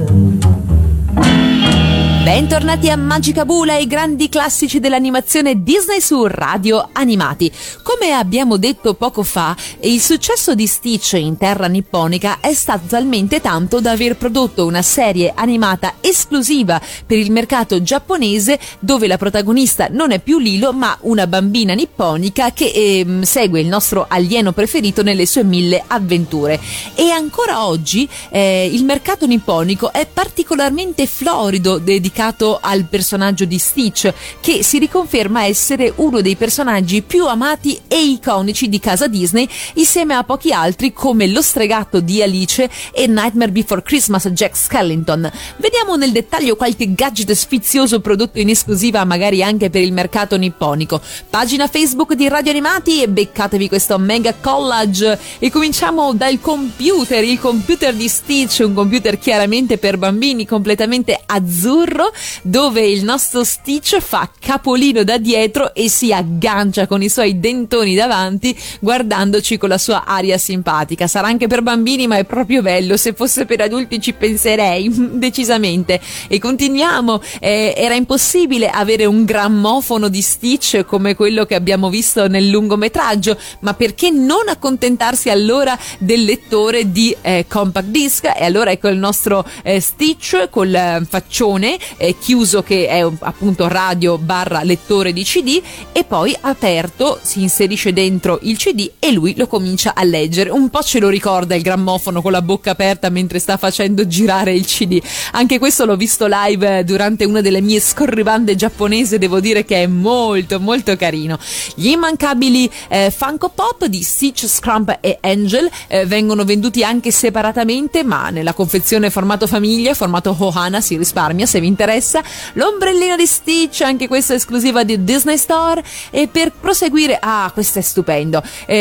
Bentornati a Magica Bula, i grandi classici dell'animazione Disney su Radio Animati. Come abbiamo detto poco fa, il successo di Stitch in terra nipponica è stato talmente tanto da aver prodotto una serie animata esclusiva per il mercato giapponese, dove la protagonista non è più Lilo ma una bambina nipponica che segue il nostro alieno preferito nelle sue 1000 avventure. E ancora oggi il mercato nipponico è particolarmente florido, dedicato al personaggio di Stitch, che si riconferma essere uno dei personaggi più amati e iconici di casa Disney, insieme a pochi altri come lo stregato di Alice e Nightmare Before Christmas Jack Skellington. Vediamo nel dettaglio qualche gadget sfizioso prodotto in esclusiva magari anche per il mercato nipponico. Pagina Facebook di Radio Animati e beccatevi questo mega collage. E cominciamo dal computer, il computer di Stitch, un computer chiaramente per bambini completamente azzurro, dove il nostro Stitch fa capolino da dietro e si aggancia con i suoi dentoni davanti, guardandoci con la sua aria simpatica. Sarà anche per bambini, ma è proprio bello. Se fosse per adulti ci penserei decisamente. E continuiamo. Era impossibile avere un grammofono di Stitch come quello che abbiamo visto nel lungometraggio, ma perché non accontentarsi allora del lettore di compact disc? E allora ecco il nostro Stitch col faccione chiuso, che è appunto radio / lettore di CD, e poi aperto si inserisce dentro il CD e lui lo comincia a leggere. Un po' ce lo ricorda il grammofono con la bocca aperta mentre sta facendo girare il CD. Anche questo l'ho visto live durante una delle mie scorribande giapponese, devo dire che è molto molto carino. Gli immancabili Funko Pop di Stitch, Scrump e Angel vengono venduti anche separatamente, ma nella confezione formato famiglia, formato Ohana, si risparmia se vi interessa. L'ombrellino di Stitch, anche questa esclusiva di Disney Store. E per proseguire, questo è stupendo,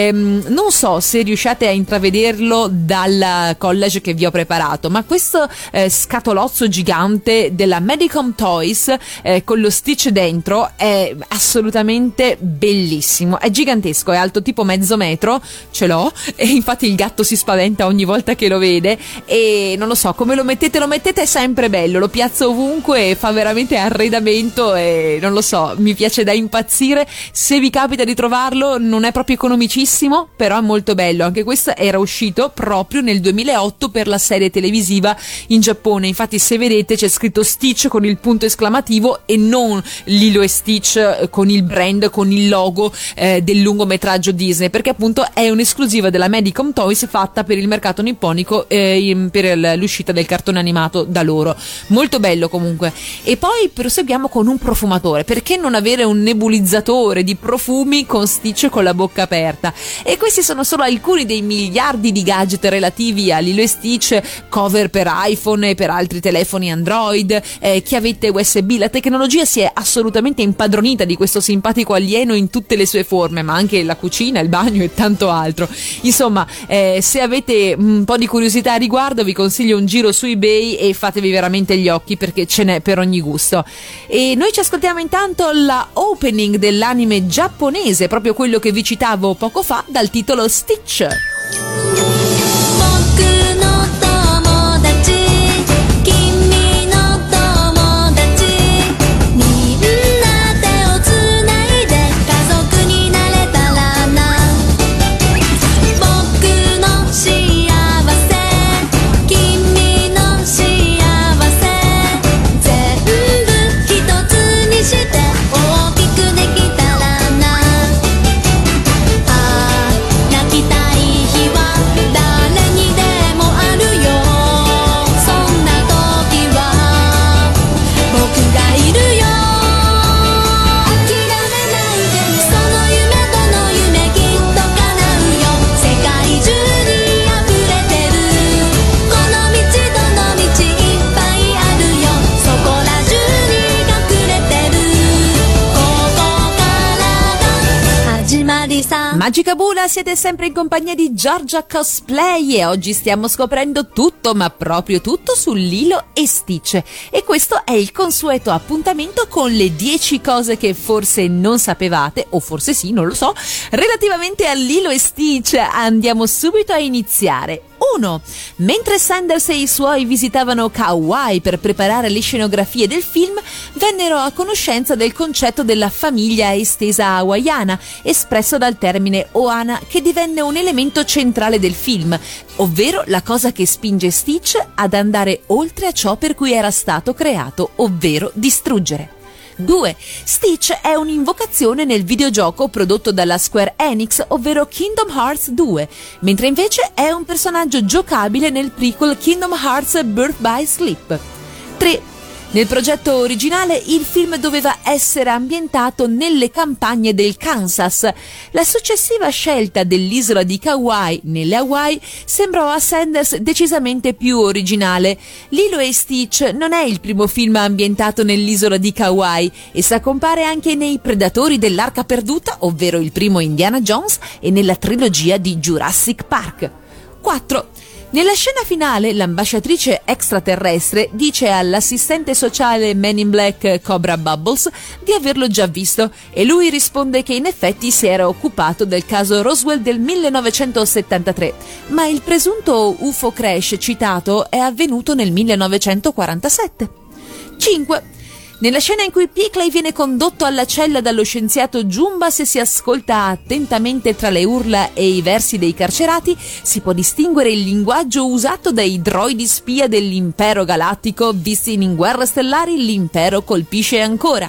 non so se riusciate a intravederlo dal collage che vi ho preparato, ma questo scatolozzo gigante della Medicom Toys con lo Stitch dentro è assolutamente bellissimo, è gigantesco, è alto tipo mezzo metro, ce l'ho, e infatti il gatto si spaventa ogni volta che lo vede. E non lo so, come lo mettete è sempre bello, lo piazzo ovunque e fa veramente arredamento, e non lo so, mi piace da impazzire. Se vi capita di trovarlo, non è proprio economicissimo, però è molto bello. Anche questo era uscito proprio nel 2008 per la serie televisiva in Giappone, infatti se vedete c'è scritto Stitch con il punto esclamativo e non Lilo e Stitch con il brand, con il logo del lungometraggio Disney, perché appunto è un'esclusiva della Medicom Toys fatta per il mercato nipponico per l'uscita del cartone animato da loro. Molto bello comunque. E poi proseguiamo con un profumatore. Perché non avere un nebulizzatore di profumi con Stitch con la bocca aperta? E questi sono solo alcuni dei miliardi di gadget relativi a Lilo e Stitch: cover per iPhone e per altri telefoni Android, chiavette USB. La tecnologia si è assolutamente impadronita di questo simpatico alieno in tutte le sue forme, ma anche la cucina, il bagno e tanto altro. Insomma, se avete un po' di curiosità a riguardo, vi consiglio un giro su eBay e fatevi veramente gli occhi, perché ce n'è n'è per ogni gusto. E noi ci ascoltiamo intanto la opening dell'anime giapponese, proprio quello che vi citavo poco fa, dal titolo Stitch. Magica Bula, siete sempre in compagnia di Giorgia Cosplay e oggi stiamo scoprendo tutto, ma proprio tutto su Lilo e Stitch. E questo è il consueto appuntamento con le 10 cose che forse non sapevate, o forse sì, non lo so, relativamente a Lilo e Stitch. Andiamo subito a iniziare. 1. Mentre Sanders e i suoi visitavano Kauai per preparare le scenografie del film, vennero a conoscenza del concetto della famiglia estesa hawaiana, espresso dal termine Ohana, che divenne un elemento centrale del film, ovvero la cosa che spinge Stitch ad andare oltre a ciò per cui era stato creato, ovvero distruggere. 2. Stitch è un'invocazione nel videogioco prodotto dalla Square Enix, ovvero Kingdom Hearts 2, mentre invece è un personaggio giocabile nel prequel Kingdom Hearts Birth by Sleep. 3. Nel progetto originale il film doveva essere ambientato nelle campagne del Kansas. La successiva scelta dell'isola di Kauai nelle Hawaii sembrò a Sanders decisamente più originale. Lilo e Stitch non è il primo film ambientato nell'isola di Kauai. Essa compare anche nei Predatori dell'Arca Perduta, ovvero il primo Indiana Jones, e nella trilogia di Jurassic Park. 4. Nella scena finale, l'ambasciatrice extraterrestre dice all'assistente sociale Men in Black Cobra Bubbles di averlo già visto e lui risponde che in effetti si era occupato del caso Roswell del 1973, ma il presunto UFO crash citato è avvenuto nel 1947. 5. Nella scena in cui Pickley viene condotto alla cella dallo scienziato Jumba, se si ascolta attentamente tra le urla e i versi dei carcerati, si può distinguere il linguaggio usato dai droidi spia dell'Impero Galattico, visti in Guerre Stellari, l'impero colpisce ancora.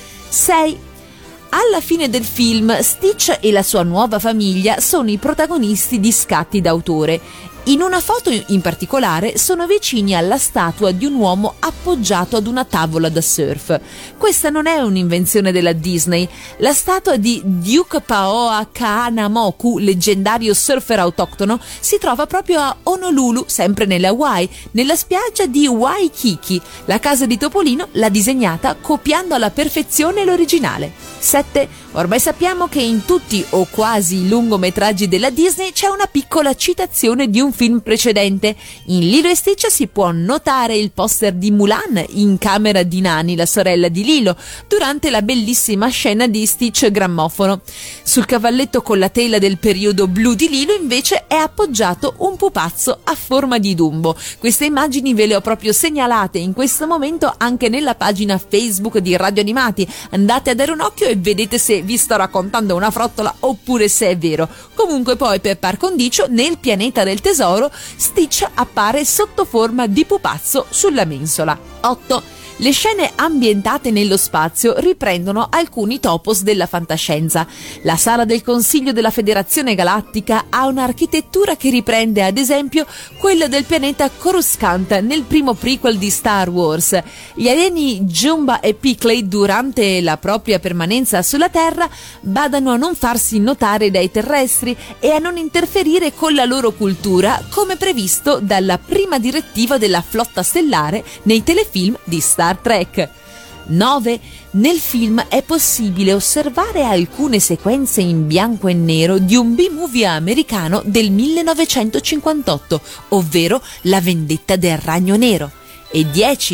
6. Alla fine del film, Stitch e la sua nuova famiglia sono i protagonisti di scatti d'autore. In una foto in particolare sono vicini alla statua di un uomo appoggiato ad una tavola da surf. Questa non è un'invenzione della Disney. La statua di Duke Paoa Kahanamoku, leggendario surfer autoctono, si trova proprio a Honolulu, sempre nelle Hawaii, nella spiaggia di Waikiki. La casa di Topolino l'ha disegnata copiando alla perfezione l'originale. 7. Ormai sappiamo che in tutti o quasi i lungometraggi della Disney c'è una piccola citazione di un film precedente. In Lilo e Stitch si può notare il poster di Mulan in camera di Nani, la sorella di Lilo, durante la bellissima scena di Stitch grammofono. Sul cavalletto con la tela del periodo blu di Lilo invece è appoggiato un pupazzo a forma di Dumbo. Queste immagini ve le ho proprio segnalate in questo momento anche nella pagina Facebook di Radio Animati. Andate a dare un occhio e vedete se vi sto raccontando una frottola oppure se è vero. Comunque poi, per par condicio, nel pianeta del tesoro Stitch appare sotto forma di pupazzo sulla mensola. 8. Le scene ambientate nello spazio riprendono alcuni topos della fantascienza. La sala del Consiglio della Federazione Galattica ha un'architettura che riprende ad esempio quella del pianeta Coruscant nel primo prequel di Star Wars. Gli alieni Jumba e Pickley, durante la propria permanenza sulla Terra, badano a non farsi notare dai terrestri e a non interferire con la loro cultura, come previsto dalla prima direttiva della flotta stellare nei telefilm di Star Trek. 9. Nel film è possibile osservare alcune sequenze in bianco e nero di un B-movie americano del 1958, ovvero La vendetta del ragno nero. E 10.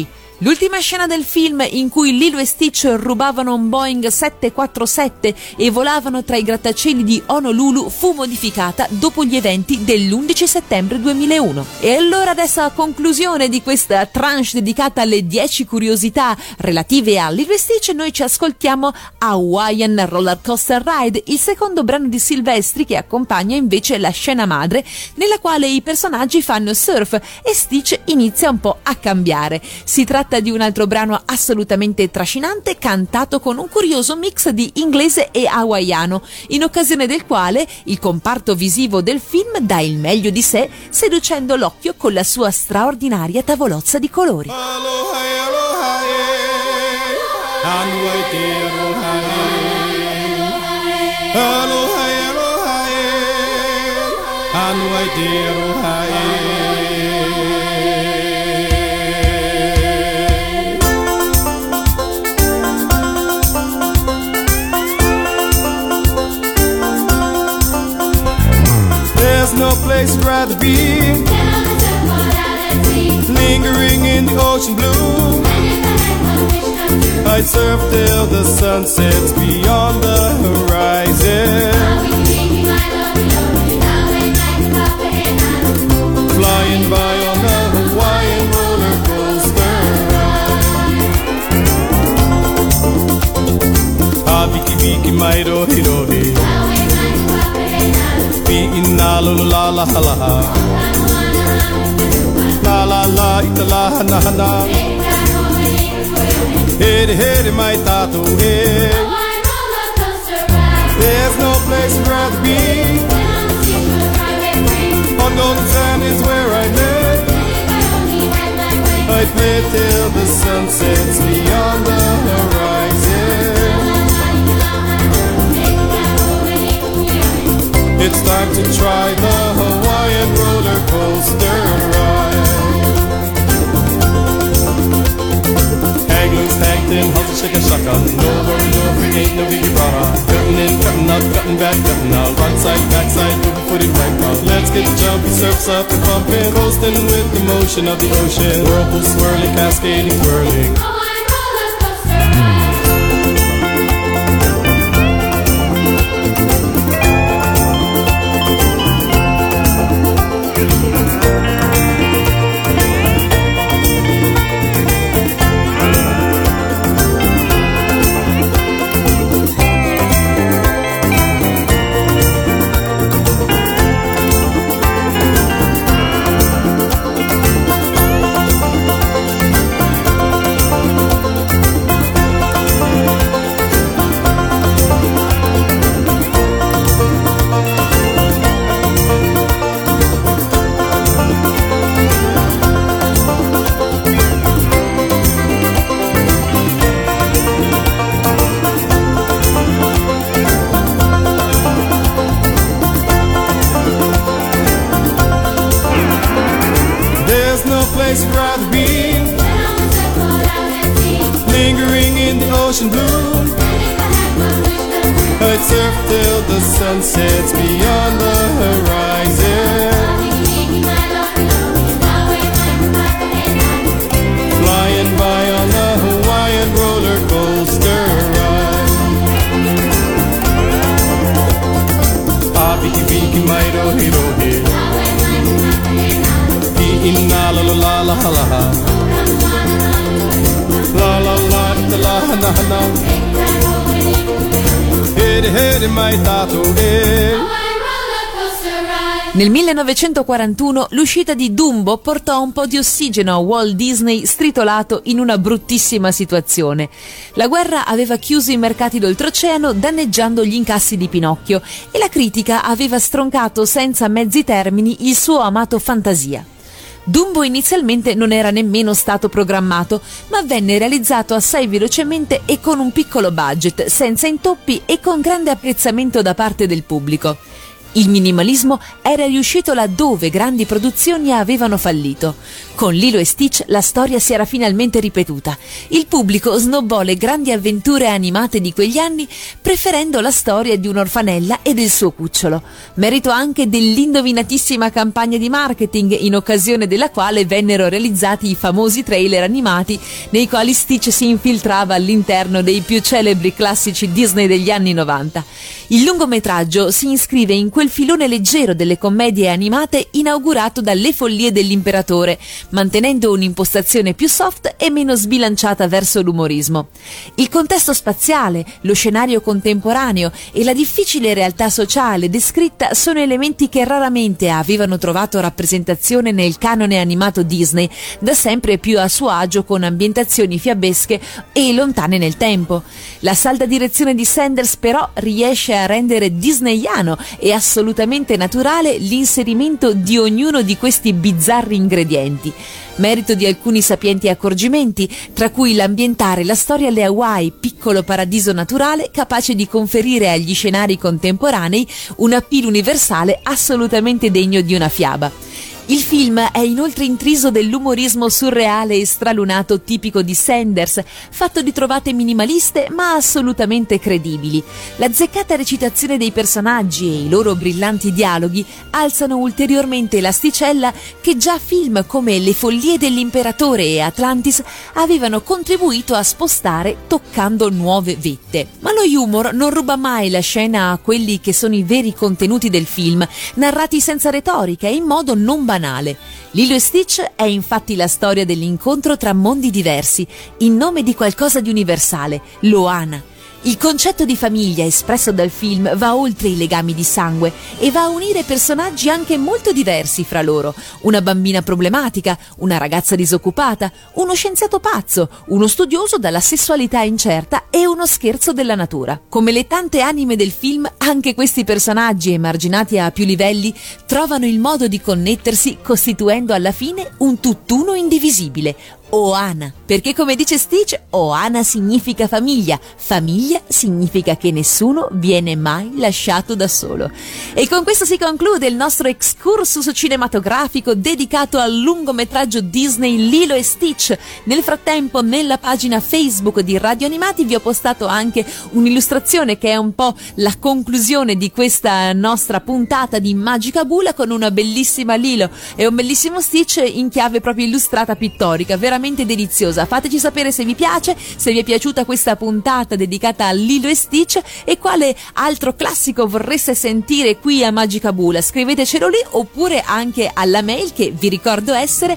L'ultima scena del film, in cui Lilo e Stitch rubavano un Boeing 747 e volavano tra i grattacieli di Honolulu, fu modificata dopo gli eventi dell'11 settembre 2001. E allora adesso, a conclusione di questa tranche dedicata alle 10 curiosità relative a Lilo e Stitch, noi ci ascoltiamo Hawaiian Roller Coaster Ride, il secondo brano di Silvestri che accompagna invece la scena madre, nella quale i personaggi fanno surf e Stitch inizia un po' a cambiare. Si tratta di un altro brano assolutamente trascinante, cantato con un curioso mix di inglese e hawaiano, in occasione del quale il comparto visivo del film dà il meglio di sé, seducendo l'occhio con la sua straordinaria tavolozza di colori. There's no place I'd rather be, lingering in the ocean blue. I'd surf till the sun sets beyond the horizon, flying by on a Hawaiian roller coaster ride. Biki biki mai rohi rohi, Inna lula la la la la la la ita la na na Hede hede mai tatu he. There's no place I'd rather be, on golden sand is where I live. I'd play till the sun sets beyond the horizon. It's time to try the Hawaiian roller coaster ride. Hang loose, hang thin, hustle, shake and shaka. No worry, no free, ain't no biggie rara. Cutting in, cutting out, cutting back, cutting out. Right side, back side, moving footed right cross. Let's get jumpy, surfs up and pumping, coasting with the motion of the ocean. Whirlpool swirling, cascading, twirling. I'd rather be, lingering in the ocean blue. I'd surf till the sun sets beyond the horizon, flying by on the Hawaiian roller coaster ride. Biki biki mai rohi rohi, Inna la la la la la la la la la la la. Hede hede mai tato Nel 1941 l'uscita di Dumbo portò un po' di ossigeno a Walt Disney, stritolato in una bruttissima situazione. La guerra aveva chiuso i mercati d'oltreoceano, danneggiando gli incassi di Pinocchio, e la critica aveva stroncato senza mezzi termini il suo amato Fantasia. Dumbo inizialmente non era nemmeno stato programmato, ma venne realizzato assai velocemente e con un piccolo budget, senza intoppi e con grande apprezzamento da parte del pubblico. Il minimalismo era riuscito laddove grandi produzioni avevano fallito. Con Lilo e Stitch la storia si era finalmente ripetuta. Il pubblico snobbò le grandi avventure animate di quegli anni, preferendo la storia di un'orfanella e del suo cucciolo. Merito anche dell'indovinatissima campagna di marketing, in occasione della quale vennero realizzati i famosi trailer animati nei quali Stitch si infiltrava all'interno dei più celebri classici Disney degli anni 90. Il lungometraggio si iscrive in quel filone leggero delle commedie animate inaugurato dalle follie dell'imperatore, mantenendo un'impostazione più soft e meno sbilanciata verso l'umorismo. Il contesto spaziale, lo scenario contemporaneo e la difficile realtà sociale descritta sono elementi che raramente avevano trovato rappresentazione nel canone animato Disney, da sempre più a suo agio con ambientazioni fiabesche e lontane nel tempo. La salda direzione di Sanders però riesce a rendere disneyano e assolutamente naturale l'inserimento di ognuno di questi bizzarri ingredienti. Merito di alcuni sapienti accorgimenti, tra cui l'ambientare la storia alle Hawaii, piccolo paradiso naturale capace di conferire agli scenari contemporanei un appeal universale assolutamente degno di una fiaba. Il film è inoltre intriso dell'umorismo surreale e stralunato tipico di Sanders, fatto di trovate minimaliste ma assolutamente credibili. L'azzeccata recitazione dei personaggi e i loro brillanti dialoghi alzano ulteriormente l'asticella che già film come Le follie dell'imperatore e Atlantis avevano contribuito a spostare toccando nuove vette. Ma lo humor non ruba mai la scena a quelli che sono i veri contenuti del film, narrati senza retorica e in modo non banale. Lilo e Stitch è infatti la storia dell'incontro tra mondi diversi, in nome di qualcosa di universale, l'Ohana. Il concetto di famiglia espresso dal film va oltre i legami di sangue e va a unire personaggi anche molto diversi fra loro. Una bambina problematica, una ragazza disoccupata, uno scienziato pazzo, uno studioso dalla sessualità incerta e uno scherzo della natura. Come le tante anime del film, anche questi personaggi emarginati a più livelli trovano il modo di connettersi, costituendo alla fine un tutt'uno indivisibile. Ohana, perché come dice Stitch, Ohana significa famiglia, famiglia significa che nessuno viene mai lasciato da solo. E con questo si conclude il nostro excursus cinematografico dedicato al lungometraggio Disney Lilo e Stitch. Nel frattempo, nella pagina Facebook di Radio Animati vi ho postato anche un'illustrazione che è un po' la conclusione di questa nostra puntata di Magica Bula, con una bellissima Lilo e un bellissimo Stitch in chiave proprio illustrata pittorica, veramente deliziosa. Fateci sapere se vi piace, se vi è piaciuta questa puntata dedicata a Lilo e Stitch e quale altro classico vorreste sentire qui a Magica Bula. Scrivetecelo lì, oppure anche alla mail che vi ricordo essere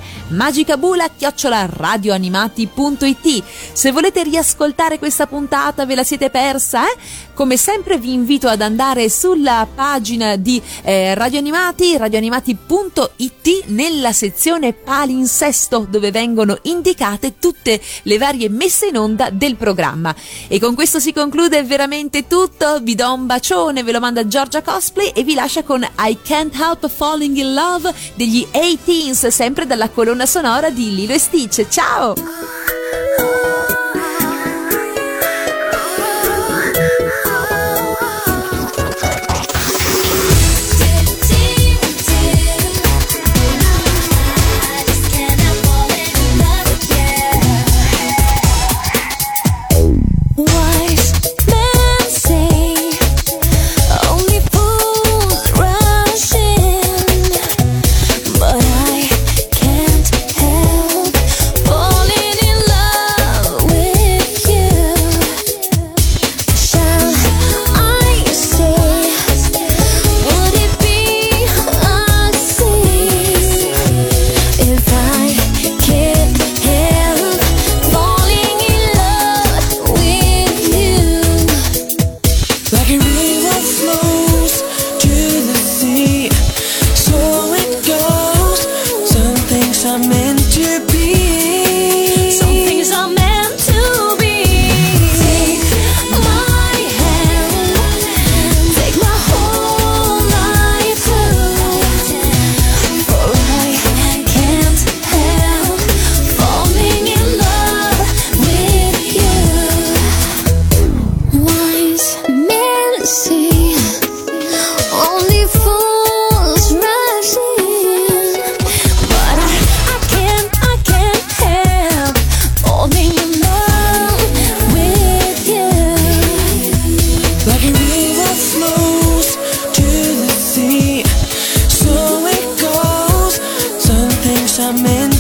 magicabula@radioanimati.it. Se volete riascoltare questa puntata, ve la siete persa, come sempre vi invito ad andare sulla pagina di Radio Animati, radioanimati.it, nella sezione palinsesto, dove vengono indicate tutte le varie messe in onda del programma. E con questo si conclude veramente tutto. Vi do un bacione, ve lo manda Giorgia Cosplay e vi lascia con I Can't Help Falling in Love degli 18s, sempre dalla colonna sonora di Lilo e Stitch. Ciao! Only for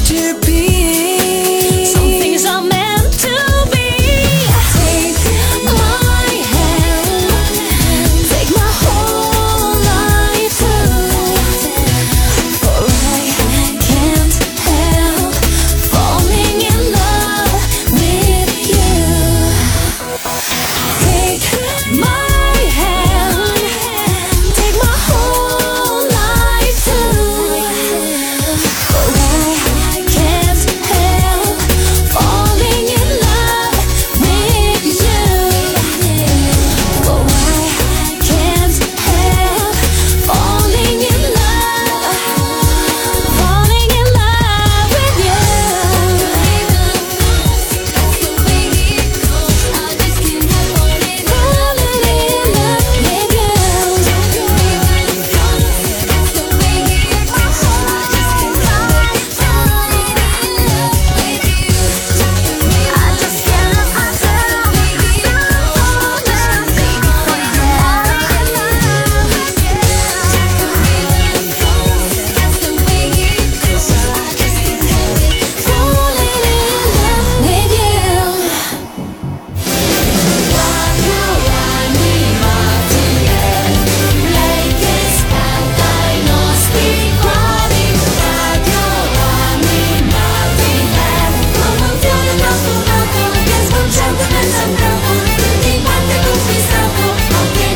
to be. Some things are meant to be. Take my hand, take my whole life too. For I can't help falling in love with you. Take my hand, take my whole life too. For I can't help falling in love with you. For I can't help falling in love with you.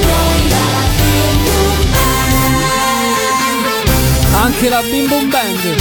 Anche la Bim Bum Band